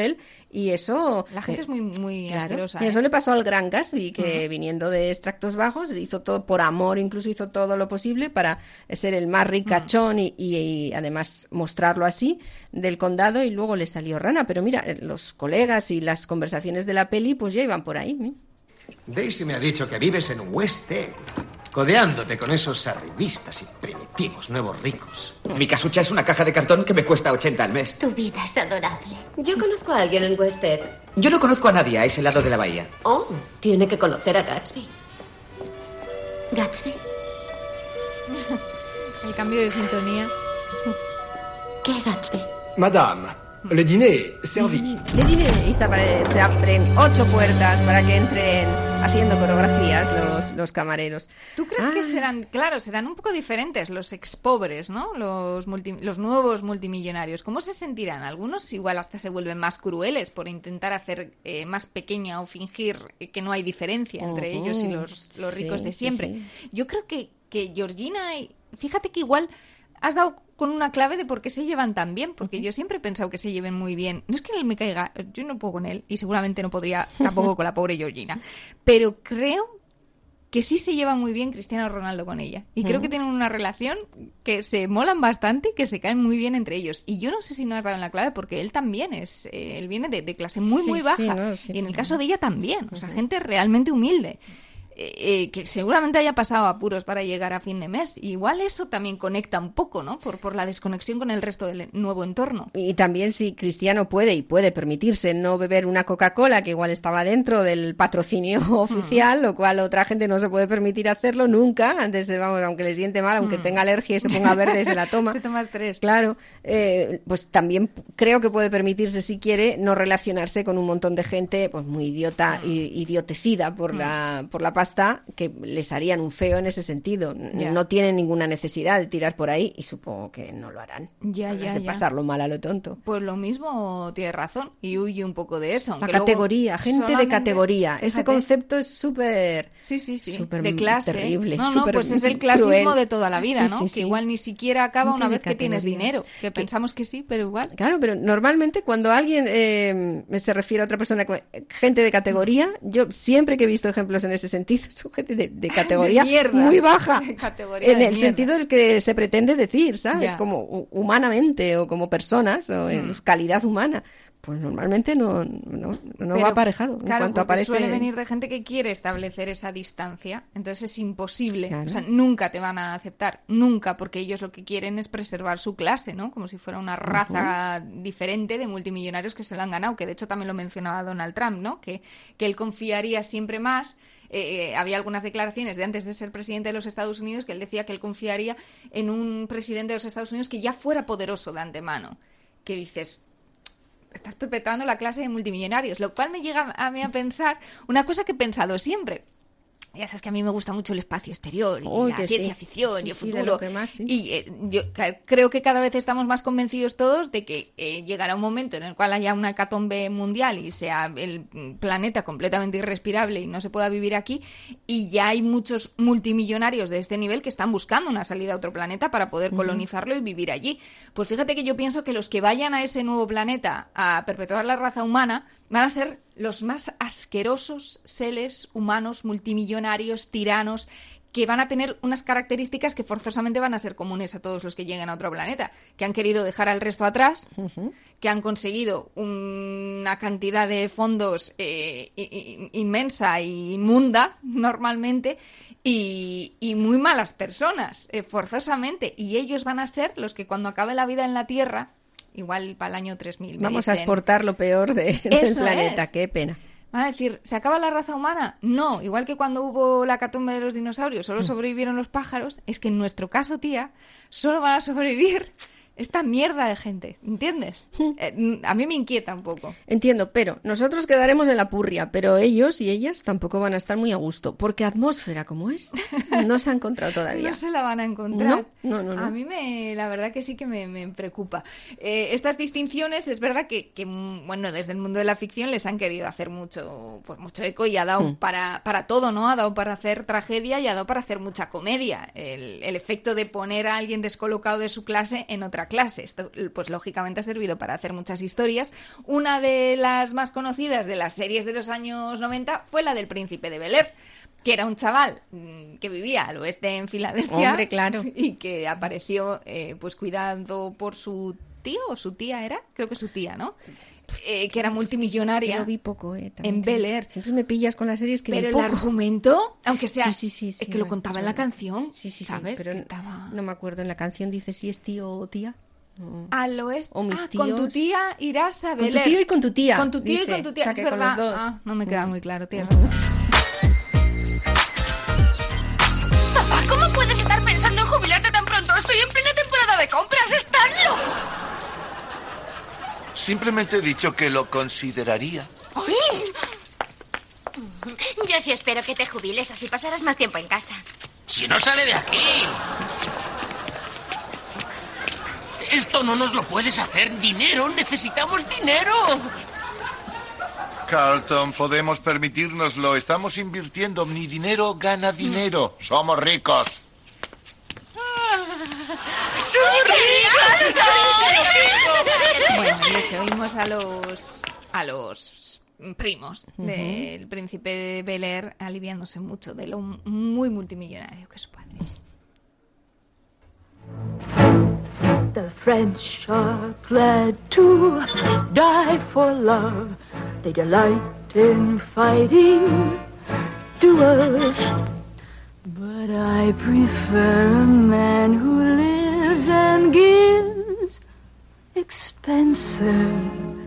Y eso... La gente eh, es muy, muy claro, asquerosa. Y eso ¿eh? le pasó al Gran Gatsby, que uh-huh. viniendo de extractos bajos, hizo todo por amor, incluso hizo todo lo posible para ser el más ricachón uh-huh. y, y, y además mostrarlo así del condado, y luego le salió rana. Pero mira, los colegas y las conversaciones de la peli pues ya iban por ahí. ¿eh? Daisy me ha dicho que vives en West End, codeándote con esos arribistas y primitivos nuevos ricos. Mi casucha es una caja de cartón que me cuesta ochenta al mes. Tu vida es adorable. Yo conozco a alguien en West End. Yo no conozco a nadie a ese lado de la bahía. Oh, tiene que conocer a Gatsby. ¿Gatsby? El cambio de sintonía. ¿Qué Gatsby? Madame, le dîner servi. Le dîner, y se, apare- se abren ocho puertas para que entren haciendo coreografías los, los camareros. ¿Tú crees ah. que serán, claro, serán un poco diferentes los expobres, ¿no? Los, multi, los nuevos multimillonarios. ¿Cómo se sentirán? Algunos igual hasta se vuelven más crueles por intentar hacer eh, más pequeña o fingir que no hay diferencia entre uh-huh. ellos y los, los ricos sí, de siempre. Sí, sí. Yo creo que, que Georgina, fíjate que igual has dado con una clave de por qué se llevan tan bien, porque uh-huh. yo siempre he pensado que se lleven muy bien. No es que él me caiga, yo no puedo con él y seguramente no podría tampoco con la pobre Georgina, pero creo que sí se lleva muy bien Cristiano Ronaldo con ella. Y uh-huh. creo que tienen una relación que se molan bastante, que se caen muy bien entre ellos. Y yo no sé si no has dado en la clave, porque él también es, eh, él viene de, de clase muy, sí, muy baja. Sí, no, sí, y en el caso de ella también, o sea, uh-huh. gente realmente humilde. Eh, que seguramente haya pasado apuros para llegar a fin de mes. Igual eso también conecta un poco, ¿no? Por, por la desconexión con el resto del nuevo entorno. Y también si Cristiano puede y puede permitirse no beber una Coca-Cola, que igual estaba dentro del patrocinio oficial, mm. lo cual otra gente no se puede permitir hacerlo nunca. Antes, vamos, aunque le siente mal, aunque mm. tenga alergia y se ponga verde y se la toma. Te tomas tres. Claro. Eh, pues también creo que puede permitirse, si quiere, no relacionarse con un montón de gente pues muy idiota, mm. idiotecida por mm. la por la pasta, que les harían un feo en ese sentido. Ya. No tienen ninguna necesidad de tirar por ahí y supongo que no lo harán. Ya, ya, de ya. pasarlo mal a lo tonto. Pues lo mismo, tienes razón, y huye un poco de eso. La categoría, gente solamente... de categoría. Fíjate. Ese concepto es súper... Sí, sí, sí. De clase. Terrible. No, no, pues es el clasismo cruel. De toda la vida, sí, ¿no? Sí, que sí. igual ni siquiera acaba gente una vez que categoría. Tienes dinero. Que, que pensamos que sí, pero igual. Claro, pero normalmente cuando alguien eh, se refiere a otra persona como gente de categoría, yo siempre que he visto ejemplos en ese sentido, son gente de, de categoría de muy baja. Categoría en de el mierda. sentido del que se pretende decir, ¿sabes? Ya. Como humanamente o como personas o en mm. calidad humana. Pues normalmente no, no, no Pero, va aparejado. Claro, en cuanto aparece... suele venir de gente que quiere establecer esa distancia, entonces es imposible. Claro. O sea, nunca te van a aceptar, nunca, porque ellos lo que quieren es preservar su clase, ¿no? Como si fuera una raza uh-huh. diferente de multimillonarios que se lo han ganado, que de hecho también lo mencionaba Donald Trump, ¿no? Que, que él confiaría siempre más. Eh, había algunas declaraciones de antes de ser presidente de los Estados Unidos que él decía que él confiaría en un presidente de los Estados Unidos que ya fuera poderoso de antemano. Que dices... estás perpetuando la clase de multimillonarios, lo cual me llega a mí a pensar una cosa que he pensado siempre. Ya sabes que a mí me gusta mucho el espacio exterior y Uy, la ciencia sí. ficción sí, y el sí, futuro. de lo que más, sí. Y eh, yo creo que cada vez estamos más convencidos todos de que eh, llegará un momento en el cual haya una hecatombe mundial y sea el planeta completamente irrespirable y no se pueda vivir aquí, y ya hay muchos multimillonarios de este nivel que están buscando una salida a otro planeta para poder colonizarlo uh-huh. y vivir allí. Pues fíjate que yo pienso que los que vayan a ese nuevo planeta a perpetuar la raza humana van a ser los más asquerosos seres humanos, multimillonarios, tiranos, que van a tener unas características que forzosamente van a ser comunes a todos los que lleguen a otro planeta, que han querido dejar al resto atrás, uh-huh. que han conseguido una cantidad de fondos eh, inmensa y inmunda normalmente, y, y muy malas personas, eh, forzosamente, y ellos van a ser los que cuando acabe la vida en la Tierra, igual para el año tres mil. Vamos dicen, a exportar lo peor de, del planeta, es. Qué pena. Van a decir, ¿se acaba la raza humana? No, igual que cuando hubo la hecatombe de los dinosaurios, solo sobrevivieron los pájaros, es que en nuestro caso, tía, solo van a sobrevivir esta mierda de gente, ¿entiendes? Eh, a mí me inquieta un poco. Entiendo, pero nosotros quedaremos en la purria, pero ellos y ellas tampoco van a estar muy a gusto, porque atmósfera como esta no se ha encontrado todavía. No se la van a encontrar. No, no, no. no. A mí me, la verdad que sí que me, me preocupa. Eh, estas distinciones es verdad que, que, bueno, desde el mundo de la ficción les han querido hacer mucho, pues mucho eco y ha dado hmm. para, para todo, ¿no? Ha dado para hacer tragedia y ha dado para hacer mucha comedia. El, el efecto de poner a alguien descolocado de su clase en otra clase. Esto, pues lógicamente ha servido para hacer muchas historias. Una de las más conocidas de las series de los años noventa fue la del Príncipe de Bel-Air, que era un chaval que vivía al oeste en Filadelfia. Hombre, claro. Y que apareció eh, pues cuidado por su tío o su tía era, creo que su tía, ¿no? Eh, que era multimillonaria. Yo vi poco, eh, en Bel-Air. Siempre me pillas con las series que pero vi el poco. argumento, aunque sea, sí, sí, sí, sí, es que lo me- contaba en la canción, sí, sí, sí, ¿sabes? pero Que estaba no me acuerdo, en la canción dice si es tío o tía. No. al oeste. O mis Ah, con tu tíos. tía irás a Con tu Bel-Air. tío y con tu tía, Con tu tío dice. y con tu tía, O sea, es que con verdad. los dos. Ah, no me queda Mm. muy claro, tienes razón. Papá, ¿cómo puedes estar pensando en jubilarte tan pronto? Estoy en plena temporada de compras, ¿estás loco? Simplemente he dicho que lo consideraría. Yo sí espero que te jubiles, así pasarás más tiempo en casa. ¡Si no sale de aquí! Esto no nos lo puedes hacer. ¡Dinero! ¡Necesitamos dinero! Carlton, podemos permitírnoslo. Estamos invirtiendo. Mi dinero gana dinero. Somos ricos. Bueno, les oímos a los a los primos Ujú. del Príncipe de Bel-Air aliviándose mucho de lo muy multimillonario que es su padre. The French are glad to die for love. They delight in fighting duels. But I prefer a man who lives and gives expensive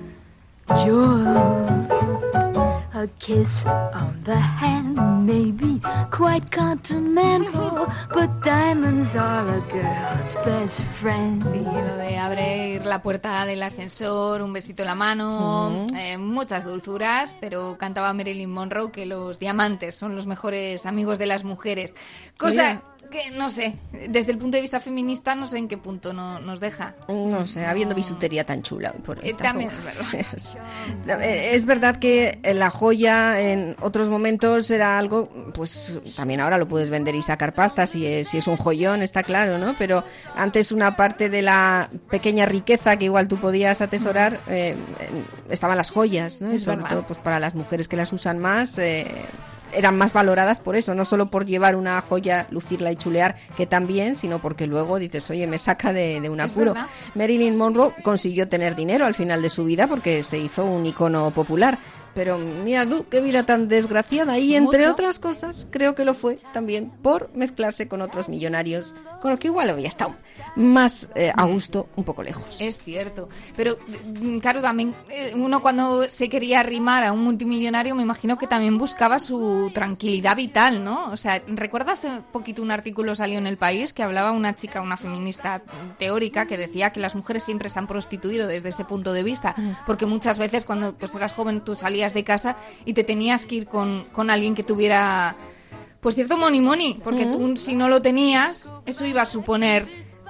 jewels. A kiss on the hand may be quite continental, but diamonds are a girl's best friend. Sí, lo de abrir la puerta del ascensor, un besito en la mano, Ujú. eh, muchas dulzuras, pero cantaba Marilyn Monroe que los diamantes son los mejores amigos de las mujeres. Cosa que, no sé, desde el punto de vista feminista no sé en qué punto no, nos deja. No sé, habiendo bisutería tan chula. Por Eh, también es verdad. Es verdad que la joya en otros momentos era algo, pues también ahora lo puedes vender y sacar pasta si es, si es un joyón, está claro, ¿no? Pero antes una parte de la pequeña riqueza que igual tú podías atesorar eh, estaban las joyas, ¿no? Y Es sobre verdad. todo pues para las mujeres que las usan más. Eh, eran más valoradas por eso, no solo por llevar una joya, lucirla y chulear, que también, sino porque luego dices, oye, me saca de, de un Es apuro. verdad. Marilyn Monroe consiguió tener dinero al final de su vida porque se hizo un icono popular. Pero mira tú, qué vida tan desgraciada. Y entre Mucho. otras cosas, creo que lo fue también por mezclarse con otros millonarios, con los que igual había estado más eh, a gusto, un poco lejos. Es cierto, pero mm, claro, también eh, uno cuando se quería arrimar a un multimillonario me imagino que también buscaba su tranquilidad vital, ¿no? O sea, recuerdo hace poquito un artículo salió en El País que hablaba una chica, una feminista teórica, que decía que las mujeres siempre se han prostituido desde ese punto de vista, porque muchas veces cuando pues eras joven tú salías de casa y te tenías que ir con, con alguien que tuviera pues cierto money money, porque tú si no lo tenías, eso iba a suponer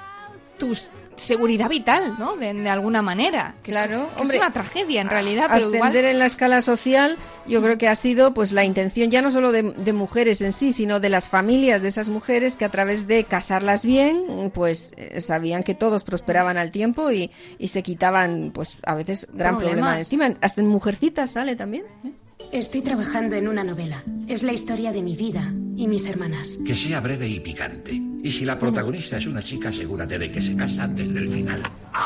tu seguridad vital, ¿no? De, de alguna manera. Que Claro, es, que hombre, es una tragedia en realidad, pero Ascender igual... en la escala social, yo creo que ha sido pues la intención ya no solo de, de mujeres en sí, sino de las familias de esas mujeres que a través de casarlas bien, pues eh, sabían que todos prosperaban al tiempo y, y se quitaban, pues a veces gran problema de Problemas. encima. Hasta en Mujercitas sale también. ¿eh? Estoy trabajando en una novela. Es la historia de mi vida y mis hermanas. Que sea breve y picante. Y si la protagonista es una chica, asegúrate de que se casa antes del final.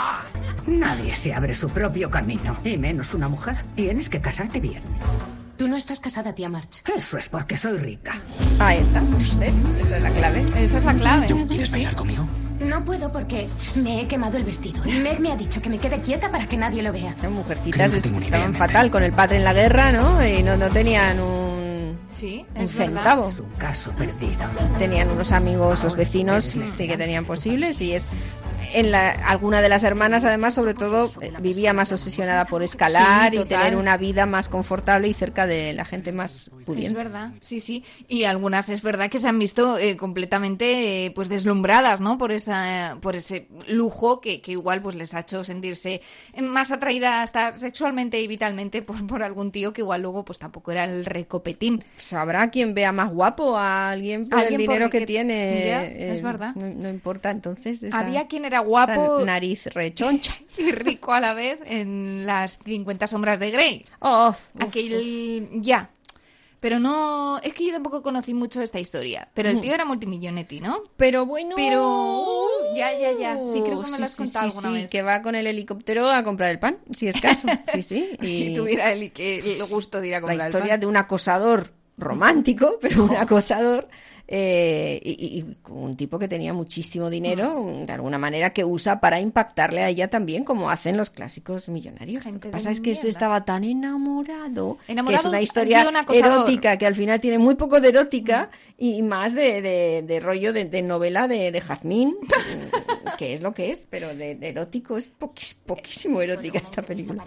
Nadie se abre su propio camino, y menos una mujer. Tienes que casarte bien. Tú no estás casada, tía March. Eso es porque soy rica. Ahí está. ¿Ves? Esa es la clave. Esa es la clave. ¿Tú quieres bailar conmigo? No puedo porque me he quemado el vestido. Y Meg me ha dicho que me quede quieta para que nadie lo vea. Las mujercitas estaban fatal con el padre en la guerra, ¿no? Y no, no tenían un, sí, un es centavo. verdad. Es un caso perdido. Tenían unos amigos, los vecinos sí que tenían posibles y es... En la, alguna de las hermanas, además, sobre todo, eh, vivía más obsesionada por escalar Sí, y total. tener una vida más confortable y cerca de la gente más pudiente. Es verdad, sí, sí. Y algunas es verdad que se han visto eh, completamente eh, pues deslumbradas, ¿no? Por esa, por ese lujo que, que igual pues les ha hecho sentirse más atraída hasta sexualmente y vitalmente por, por algún tío que igual luego pues tampoco era el recopetín. Habrá quien vea más guapo a alguien por el Alguien dinero por- que, que- tiene. ya, eh, es verdad. No, no importa, entonces. Esa... Había quien era guapo. Esa nariz rechoncha. Y rico a la vez en las cincuenta sombras de Grey. Oh, uf, Aquel... Uf. Ya. Pero no... Es que yo tampoco conocí mucho esta historia. Pero el tío era multimillonetti, ¿no? Pero bueno... Pero... Ya, ya, ya. Sí, creo que me lo has sí, contado sí, alguna sí, vez. que va con el helicóptero a comprar el pan, si es caso. Sí, sí. Y si tuviera el, el gusto de ir a comprar la el historia pan. de un acosador romántico, pero un acosador... Eh, y, y un tipo que tenía muchísimo dinero, de alguna manera, que usa para impactarle a ella también, como hacen los clásicos millonarios. Lo que pasa es que este estaba tan enamorado, enamorado que es una historia de un acosador. erótica, que al final tiene muy poco de erótica y más de, de, de rollo de, de novela de, de Jazmín, que es lo que es, pero de, de erótico es poquís, poquísimo erótica esta película.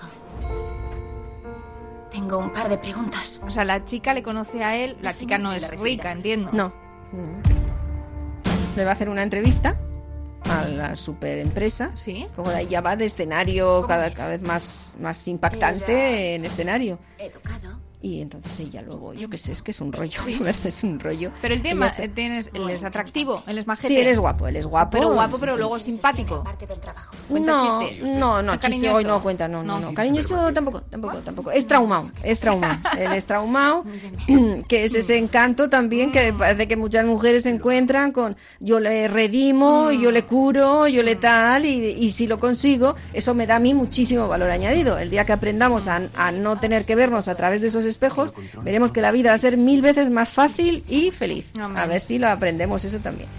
Tengo un par de preguntas. O sea, la chica le conoce a él. La chica no es rica, entiendo. No. Le va a hacer una entrevista a la superempresa. Sí. Luego de ahí ya va de escenario cada, cada vez más, más impactante en escenario. Educado. Y entonces ella luego, yo qué sé, es que es un rollo, sí. es un rollo. Pero el tema, se... tienes, él es atractivo, él es majete. Sí, él es guapo, él es guapo. Pero guapo, es, pero es, luego simpático. Cuenta no, chistes. No, no, chiste hoy no cuenta, no, no, no. Cariñoso tampoco, tampoco, tampoco. Es traumado, es traumado. Él es traumado, que es ese encanto también que parece que muchas mujeres encuentran con yo le redimo, yo le curo, yo le tal, y, y si lo consigo, eso me da a mí muchísimo valor añadido. El día que aprendamos a, a no tener que vernos a través de esos espejos, veremos que la vida va a ser mil veces más fácil y feliz. A ver si lo aprendemos eso también.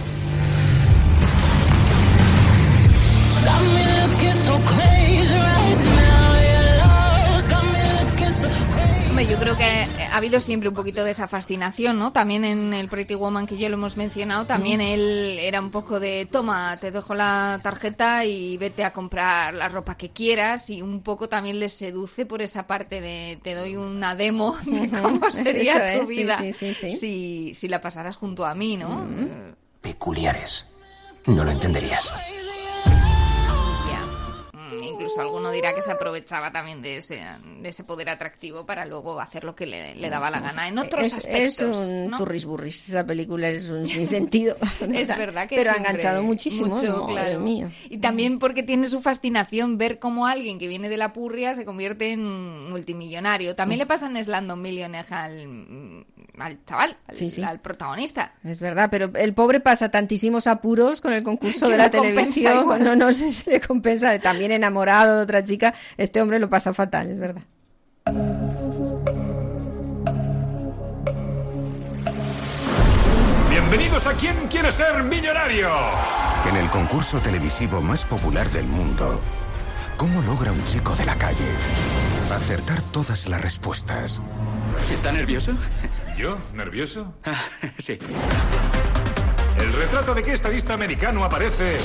Hombre, yo creo que ha habido siempre un poquito de esa fascinación, ¿no? También en el Pretty Woman, que ya lo hemos mencionado, también mm. él era un poco de toma, te dejo la tarjeta y vete a comprar la ropa que quieras, y un poco también les seduce por esa parte de te doy una demo de cómo sería Eso tu es, vida sí, sí, sí, sí. Si, si la pasaras junto a mí, ¿no? Mm. Peculiares. No lo entenderías. Incluso alguno dirá que se aprovechaba también de ese, de ese poder atractivo para luego hacer lo que le, le daba la gana en otros es, aspectos. Es un ¿no? turris-burris, esa película es un sinsentido. Es verdad que pero ha siempre, enganchado muchísimo, mucho, madre claro. mía. Y también porque tiene su fascinación ver cómo alguien que viene de la purria se convierte en multimillonario. También le pasa en Slumdog Millionaire al, al chaval, al, sí, sí. al protagonista. Es verdad, pero el pobre pasa tantísimos apuros con el concurso de la televisión, no, no sé si le compensa, también enamorado de otra chica, este hombre lo pasa fatal, es verdad. Bienvenidos a ¿Quién quiere ser millonario? En el concurso televisivo más popular del mundo, ¿cómo logra un chico de la calle acertar todas las respuestas? ¿Está nervioso? ¿Yo? ¿Nervioso? Ah, sí. ¿El retrato de qué estadista americano aparece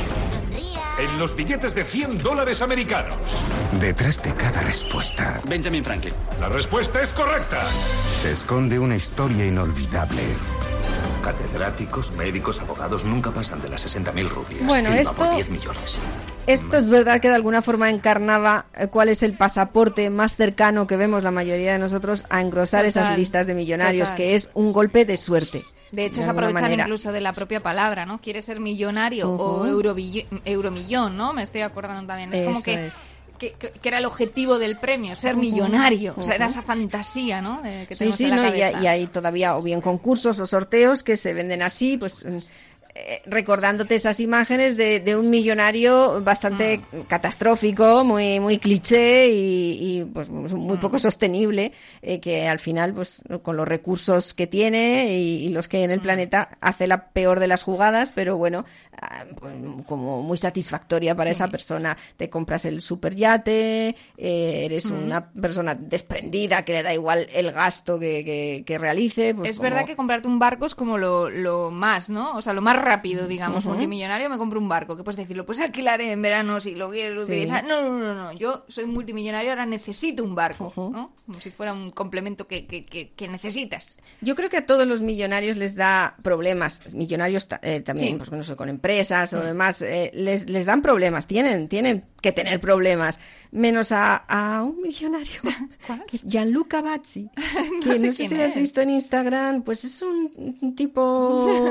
en los billetes de cien dólares americanos? Detrás de cada respuesta, Benjamin Franklin. La respuesta es correcta. Se esconde una historia inolvidable. Catedráticos, médicos, abogados nunca pasan de las sesenta mil rupias. Bueno, Él esto... va por diez millones. Esto es verdad que de alguna forma encarnaba cuál es el pasaporte más cercano que vemos la mayoría de nosotros a engrosar total, esas listas de millonarios, total. Que es un golpe de suerte. De hecho, de se aprovechan manera. incluso de la propia palabra, ¿no? ¿Quieres ser millonario uh-huh. o euromillón, ¿no? Me estoy acordando también. Es Eso como que... es. Que, que, que era el objetivo del premio, ser uh-huh, millonario. Uh-huh. O sea, era esa fantasía, ¿no? De, que sí, sí, en la no, cabeza. Y, y hay todavía o bien concursos o sorteos que se venden así, pues eh, recordándote esas imágenes de, de un millonario bastante uh-huh. catastrófico, muy muy cliché y, y pues muy uh-huh. poco sostenible, eh, que al final, pues con los recursos que tiene y, y los que hay en el uh-huh. planeta, hace la peor de las jugadas, pero bueno, pues, como muy satisfactoria para sí. esa persona. Te compras el superyate, eh, eres mm. una persona desprendida que le da igual el gasto que, que, que realice. Pues es como... verdad que comprarte un barco es como lo, lo más, ¿no? O sea, lo más rápido, digamos. Uh-huh. Multimillonario, me compro un barco. Que puedes decirlo, pues alquilaré en verano si lo quieres utilizar. Sí. No, no, no, no. Yo soy multimillonario, ahora necesito un barco, uh-huh. ¿no? Como si fuera un complemento que, que, que, que necesitas. Yo creo que a todos los millonarios les da problemas. Millonarios eh, también, sí. pues no sé, con empresas o demás, eh, les, les dan problemas, tienen, tienen que tener problemas, menos a, a un millonario, que es Gianluca Bazzi, que no, no sé, sé si lo has visto en Instagram, pues es un, un tipo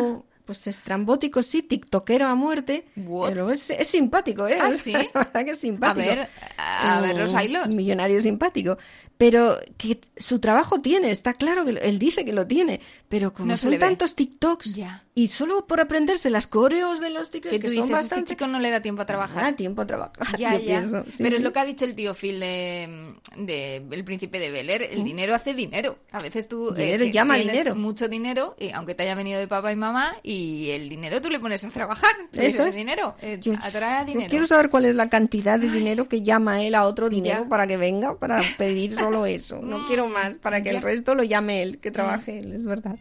pues estrambótico, sí, tiktokero a muerte, What? pero es, es simpático, ¿eh? ¿Ah, sí? La verdad que es simpático. A ver, a ver los hilos. Un millonario simpático. Pero que su trabajo tiene, está claro que él dice que lo tiene, pero como No se son le ve. tantos TikToks Ya. y solo por aprenderse las coreos de los TikToks, Que que tú son dices, bastante... este chico no le da tiempo a trabajar. Da tiempo a trabajar, Ya, yo ya. pienso. Sí, Pero sí. es lo que ha dicho el tío Phil de, de El Príncipe de Bel-Air, el ¿Mm? dinero hace dinero. A veces tú Dinero eh, llama tienes dinero. mucho dinero, y aunque te haya venido de papá y mamá, y el dinero tú le pones a trabajar. Eso El es. dinero, eh, Yo- atrae Yo dinero. quiero saber cuál es la cantidad de dinero que llama él a otro dinero Ya. para que venga, para pedir solo eso. No quiero más, para que Ya. el resto lo llame él, que trabaje él, es verdad.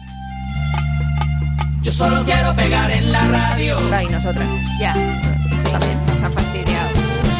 Yo solo quiero pegar en la radio. Claro, y nosotras. Ya, sí, también nos ha fastidiado.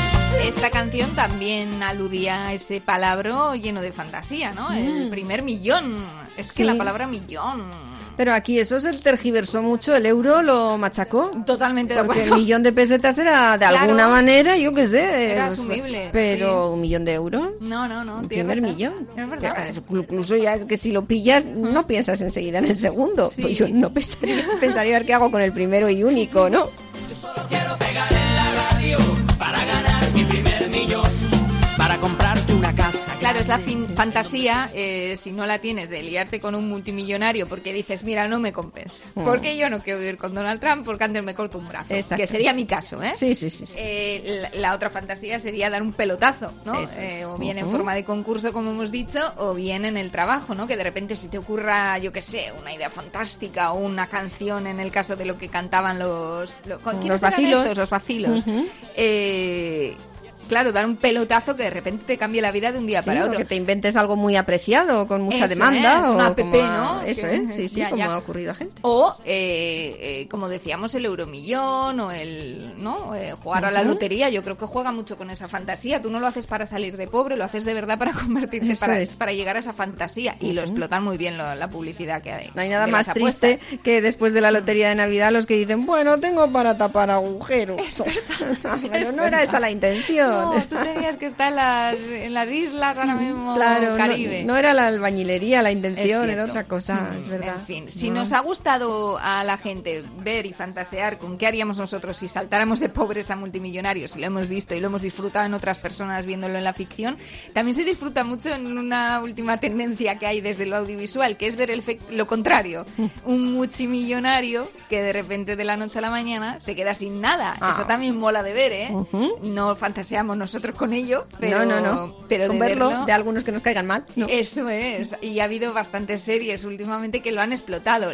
Esta canción también aludía a ese palabra lleno de fantasía, ¿no? El Mm. primer millón. Es que Sí. la palabra millón. Pero aquí eso se tergiversó mucho, el euro lo machacó. Totalmente de Porque acuerdo. el millón de pesetas era de Claro. alguna manera, yo qué sé. Era pues, asumible, Pero un millón de euros. No, no, no. El tienes primer razón. millón. Es verdad. Que, incluso ya es que si lo pillas, no piensas enseguida en el segundo. Sí. Pues yo no pensaría, pensaría a ver qué hago con el primero y único, ¿no? Yo solo quiero pegar en la radio para ganar mi primer millón. Para comprarte una casa. Claro, es la fin- fantasía, eh, si no la tienes, de liarte con un multimillonario porque dices, mira, no me compensa. Mm. Porque yo no quiero vivir con Donald Trump porque antes me corto un brazo. Exacto. Que sería mi caso, ¿eh? Sí, sí, sí. sí. Eh, la, la otra fantasía sería dar un pelotazo, ¿no? Eso es. Eh, o bien en Ujú. forma de concurso, como hemos dicho, o bien en el trabajo, ¿no? Que de repente se te ocurra, yo qué sé, una idea fantástica o una canción, en el caso de lo que cantaban los... Los, ¿quiénes Los eran vacilos. estos? Los vacilos. Ujú. Eh... Claro, dar un pelotazo que de repente te cambie la vida de un día Sí, para o otro. que te inventes algo muy apreciado, con mucha Eso demanda. es, o una app, como a- ¿no? Eso Que- es, sí, sí, ya, como ya. ha ocurrido a gente. O, eh, eh, como decíamos, el euromillón o el, ¿no? Eh, jugar a la Ujú. lotería. Yo creo que juega mucho con esa fantasía. Tú no lo haces para salir de pobre, lo haces de verdad para convertirte, Eso para, es. para llegar a esa fantasía. Y lo Ujú. explotan muy bien lo- la publicidad que hay. No hay nada de más las triste apuestas. que después de la lotería de Navidad los que dicen, bueno, tengo para tapar agujeros. Pero Es no era verdad. esa la intención. No, tú tenías que estar en las, en las islas ahora mismo, Claro, no- Caribe. No, era la albañilería la intención, Es era cierto. otra cosa, Mm, es verdad. En fin, si No. nos ha gustado a la gente ver y fantasear con qué haríamos nosotros si saltáramos de pobres a multimillonarios, si lo hemos visto y lo hemos disfrutado en otras personas viéndolo en la ficción, también se disfruta mucho en una última tendencia que hay desde lo audiovisual, que es ver el fe- lo contrario. Un multimillonario que de repente de la noche a la mañana se queda sin nada. Ah. Eso también mola de ver, ¿eh? Ujú. No fantaseamos nosotros con ello, pero, no, no, no. pero Con de verlo, verlo- de algunos que nos caigan mal. No. Eso es, y ha habido bastantes series últimamente que lo han explotado.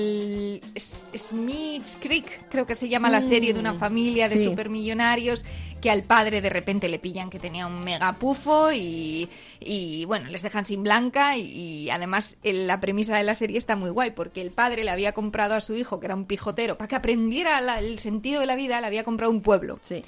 L- S- Smith's Creek, creo que se llama la serie de una familia de sí. supermillonarios que al padre de repente le pillan que tenía un megapufo y, y bueno, les dejan sin blanca y, y además el- la premisa de la serie está muy guay porque el padre le había comprado a su hijo, que era un pijotero, para que aprendiera la- el sentido de la vida, le había comprado un pueblo. Sí.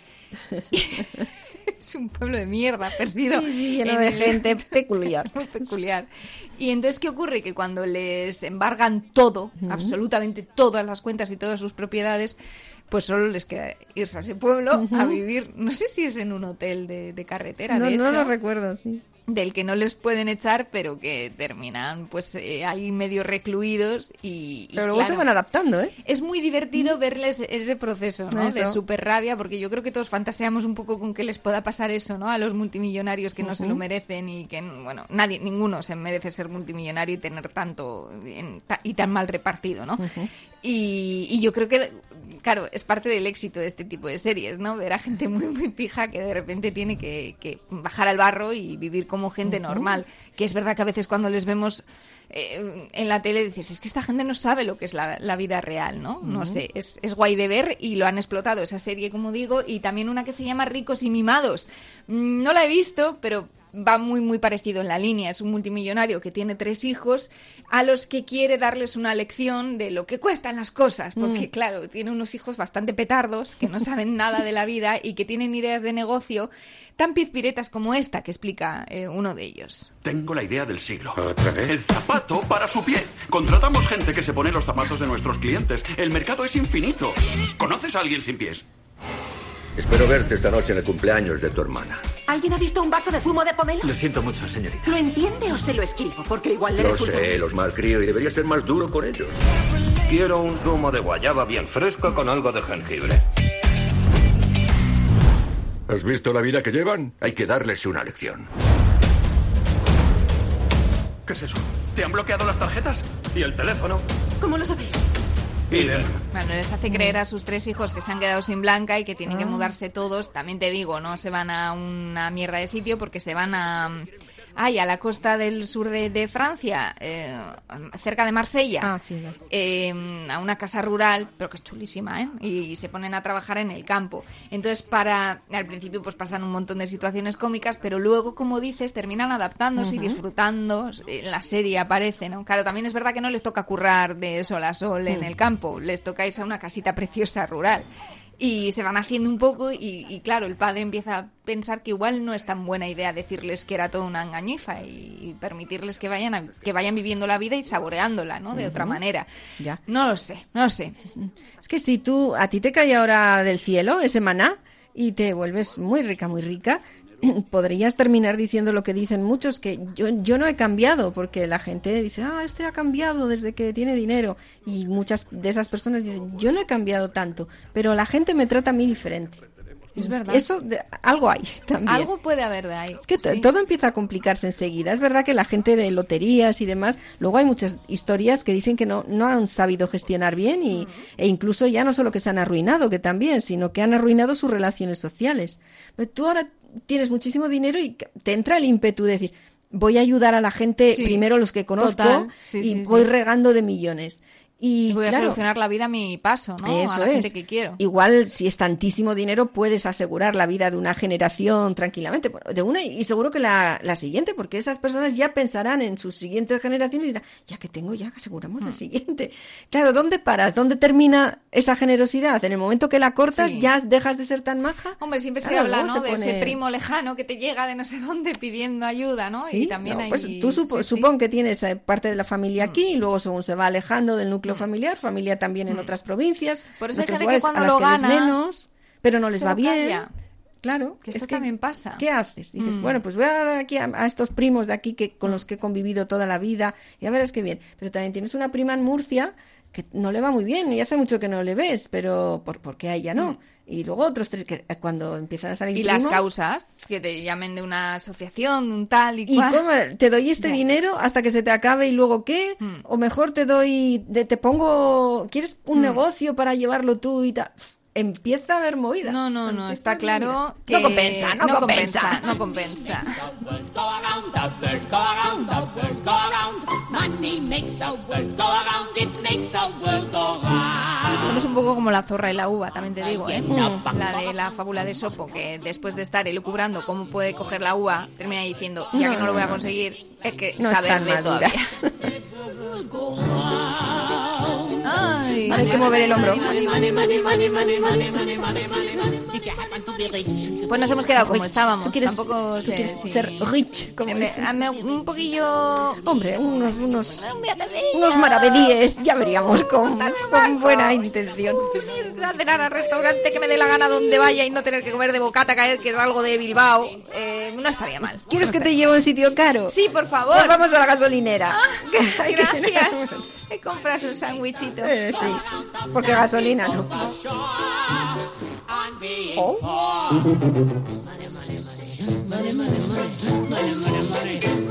Es un pueblo de mierda, perdido. Sí, sí, lleno en de el- gente peculiar. muy peculiar. Y entonces, ¿qué ocurre? Que cuando les embargan todo, Ujú. absolutamente todas las cuentas y todas sus propiedades, pues solo les queda irse a ese pueblo Ujú. a vivir, no sé si es en un hotel de, de carretera, No, de no hecho, lo recuerdo, sí. del que no les pueden echar, pero que terminan pues eh, ahí medio recluidos y... y Pero luego claro, se van adaptando, ¿eh? es muy divertido verles ese proceso, ¿no? Eso. De super rabia, porque yo creo que todos fantaseamos un poco con que les pueda pasar eso, ¿no? A los multimillonarios que no se lo Ujú. merecen y que, bueno, nadie, ninguno se merece ser multimillonario y tener tanto en- ta- y tan mal repartido, ¿no? Ujú. Y, y yo creo que, claro, es parte del éxito de este tipo de series, ¿no? Ver a gente muy, muy pija que de repente tiene que, que bajar al barro y vivir como gente Ujú. normal. Que es verdad que a veces cuando les vemos eh, en la tele dices, es que esta gente no sabe lo que es la, la vida real, ¿no? No Ujú. sé, es, es guay de ver y lo han explotado esa serie, como digo, y también una que se llama Ricos y Mimados. Mm, No la he visto, pero va muy, muy parecido en la línea. Es un multimillonario que tiene tres hijos a los que quiere darles una lección de lo que cuestan las cosas, porque Mm. claro, tiene unos hijos bastante petardos que no saben nada de la vida y que tienen ideas de negocio tan pizpiretas como esta que explica eh, uno de ellos. Tengo la idea del siglo. El zapato para su pie. Contratamos gente que se pone los zapatos de nuestros clientes. El mercado es infinito. ¿Conoces a alguien sin pies? Espero verte esta noche en el cumpleaños de tu hermana. ¿Alguien ha visto un vaso de zumo de pomelo? Lo siento mucho, señorita. ¿Lo entiende o se lo escribo? Porque igual le Lo resulta... sé, los malcrio y debería ser más duro con ellos. Quiero un zumo de guayaba bien fresco con algo de jengibre. ¿Has visto la vida que llevan? Hay que darles una lección. ¿Qué es eso? ¿Te han bloqueado las tarjetas? ¿Y el teléfono? ¿Cómo lo sabéis? Idem. Bueno, les hace creer a sus tres hijos que se han quedado sin Blanca y que tienen que mudarse todos. También te digo, no se van a una mierda de sitio porque se van a... Ay, a la costa del sur de, de Francia, eh, cerca de Marsella, ah, sí, sí. Eh, a una casa rural, pero que es chulísima, ¿eh? Y, y se ponen a trabajar en el campo. Entonces, para al principio pues pasan un montón de situaciones cómicas, pero luego, como dices, terminan adaptándose uh-huh. y disfrutando. En la serie aparece, ¿no? Claro, también es verdad que no les toca currar de sol a sol uh-huh. en el campo, les toca irse a una casita preciosa rural. Y se van haciendo un poco y, y claro, el padre empieza a pensar que igual no es tan buena idea decirles que era toda una engañifa y, y permitirles que vayan a, que vayan viviendo la vida y saboreándola, ¿no? De uh-huh. otra manera. Ya. No lo sé, no lo sé. Es que si tú, a ti te cae ahora del cielo ese maná y te vuelves muy rica, muy rica, podrías terminar diciendo lo que dicen muchos, que yo, yo no he cambiado, porque la gente dice, ah, este ha cambiado desde que tiene dinero, y muchas de esas personas dicen, yo no he cambiado tanto, pero la gente me trata a mí diferente. Es verdad. Eso, de, algo hay también. Algo puede haber de ahí. Es que t- sí. todo empieza a complicarse enseguida. Es verdad que la gente de loterías y demás, luego hay muchas historias que dicen que no, no han sabido gestionar bien y, uh-huh. e incluso ya no solo que se han arruinado, que también, sino que han arruinado sus relaciones sociales. Pero tú ahora tienes muchísimo dinero y te entra el ímpetu de decir, voy a ayudar a la gente, sí. primero los que conozco, sí, y sí, voy sí. regando de millones. Y, y voy claro, a solucionar la vida a mi paso, ¿no? Eso a la es. gente que quiero. Igual, si es tantísimo dinero, puedes asegurar la vida de una generación tranquilamente. De una y seguro que la, la siguiente, porque esas personas ya pensarán en sus siguientes generaciones y dirán, ya que tengo, ya aseguramos hmm. la siguiente. Claro, ¿dónde paras? ¿Dónde termina esa generosidad? En el momento que la cortas, sí. ya dejas de ser tan maja. Hombre, siempre claro, se habla, ¿no? Se de pone... ese primo lejano que te llega de no sé dónde pidiendo ayuda, ¿no? ¿Sí? Y también no, hay... pues tú supo, sí, supón sí. que tienes parte de la familia aquí y luego según se va alejando del núcleo familiar, familia también en otras provincias, por eso hay gente lugares, que cuando a las lo que gana, les menos, pero no les va bien. Calla. Claro, que esto es que, también pasa. ¿Qué haces? Dices, mm. bueno, pues voy a dar aquí a, a estos primos de aquí que con los que he convivido toda la vida, y a verás qué bien. Pero también tienes una prima en Murcia que no le va muy bien y hace mucho que no le ves, pero ¿por, por qué a ella no? Mm. Y luego otros tres que cuando empiezan a salir y primos, las causas, que te llamen de una asociación, de un tal y cual. ¿Y cómo? ¿Te doy este yeah. dinero hasta que se te acabe y luego qué? Mm. O mejor te doy, de, te pongo, ¿quieres un mm. negocio para llevarlo tú y tal? Empieza a haber movida. No, no, no, está claro que... No compensa, no, no compensa. compensa. No compensa. Somos un poco como la zorra y la uva, también te digo, ¿eh? Mm. La de la fábula de Esopo, que después de estar elucubrando cómo puede coger la uva, termina diciendo, ya no, que no lo voy a conseguir, es que no está verde todavía. Ay, hay que mover el hombro. Pues nos hemos quedado como rich. estábamos. ¿Tú quieres, Tampoco tú sé, quieres sí. ser rich? Como un poquillo... Hombre, unos unos, unos maravedíes, ya veríamos con, con buena intención. Ir a cenar al restaurante que me dé la gana donde vaya y no tener que comer de bocata, caer, que es algo de Bilbao. Eh, no estaría mal. ¿Quieres no que estaría. te lleve a un sitio caro? Sí, por favor. Pues vamos a la gasolinera. Ah, gracias. Te compras un sándwichito. Eh, sí, porque gasolina no. Oh.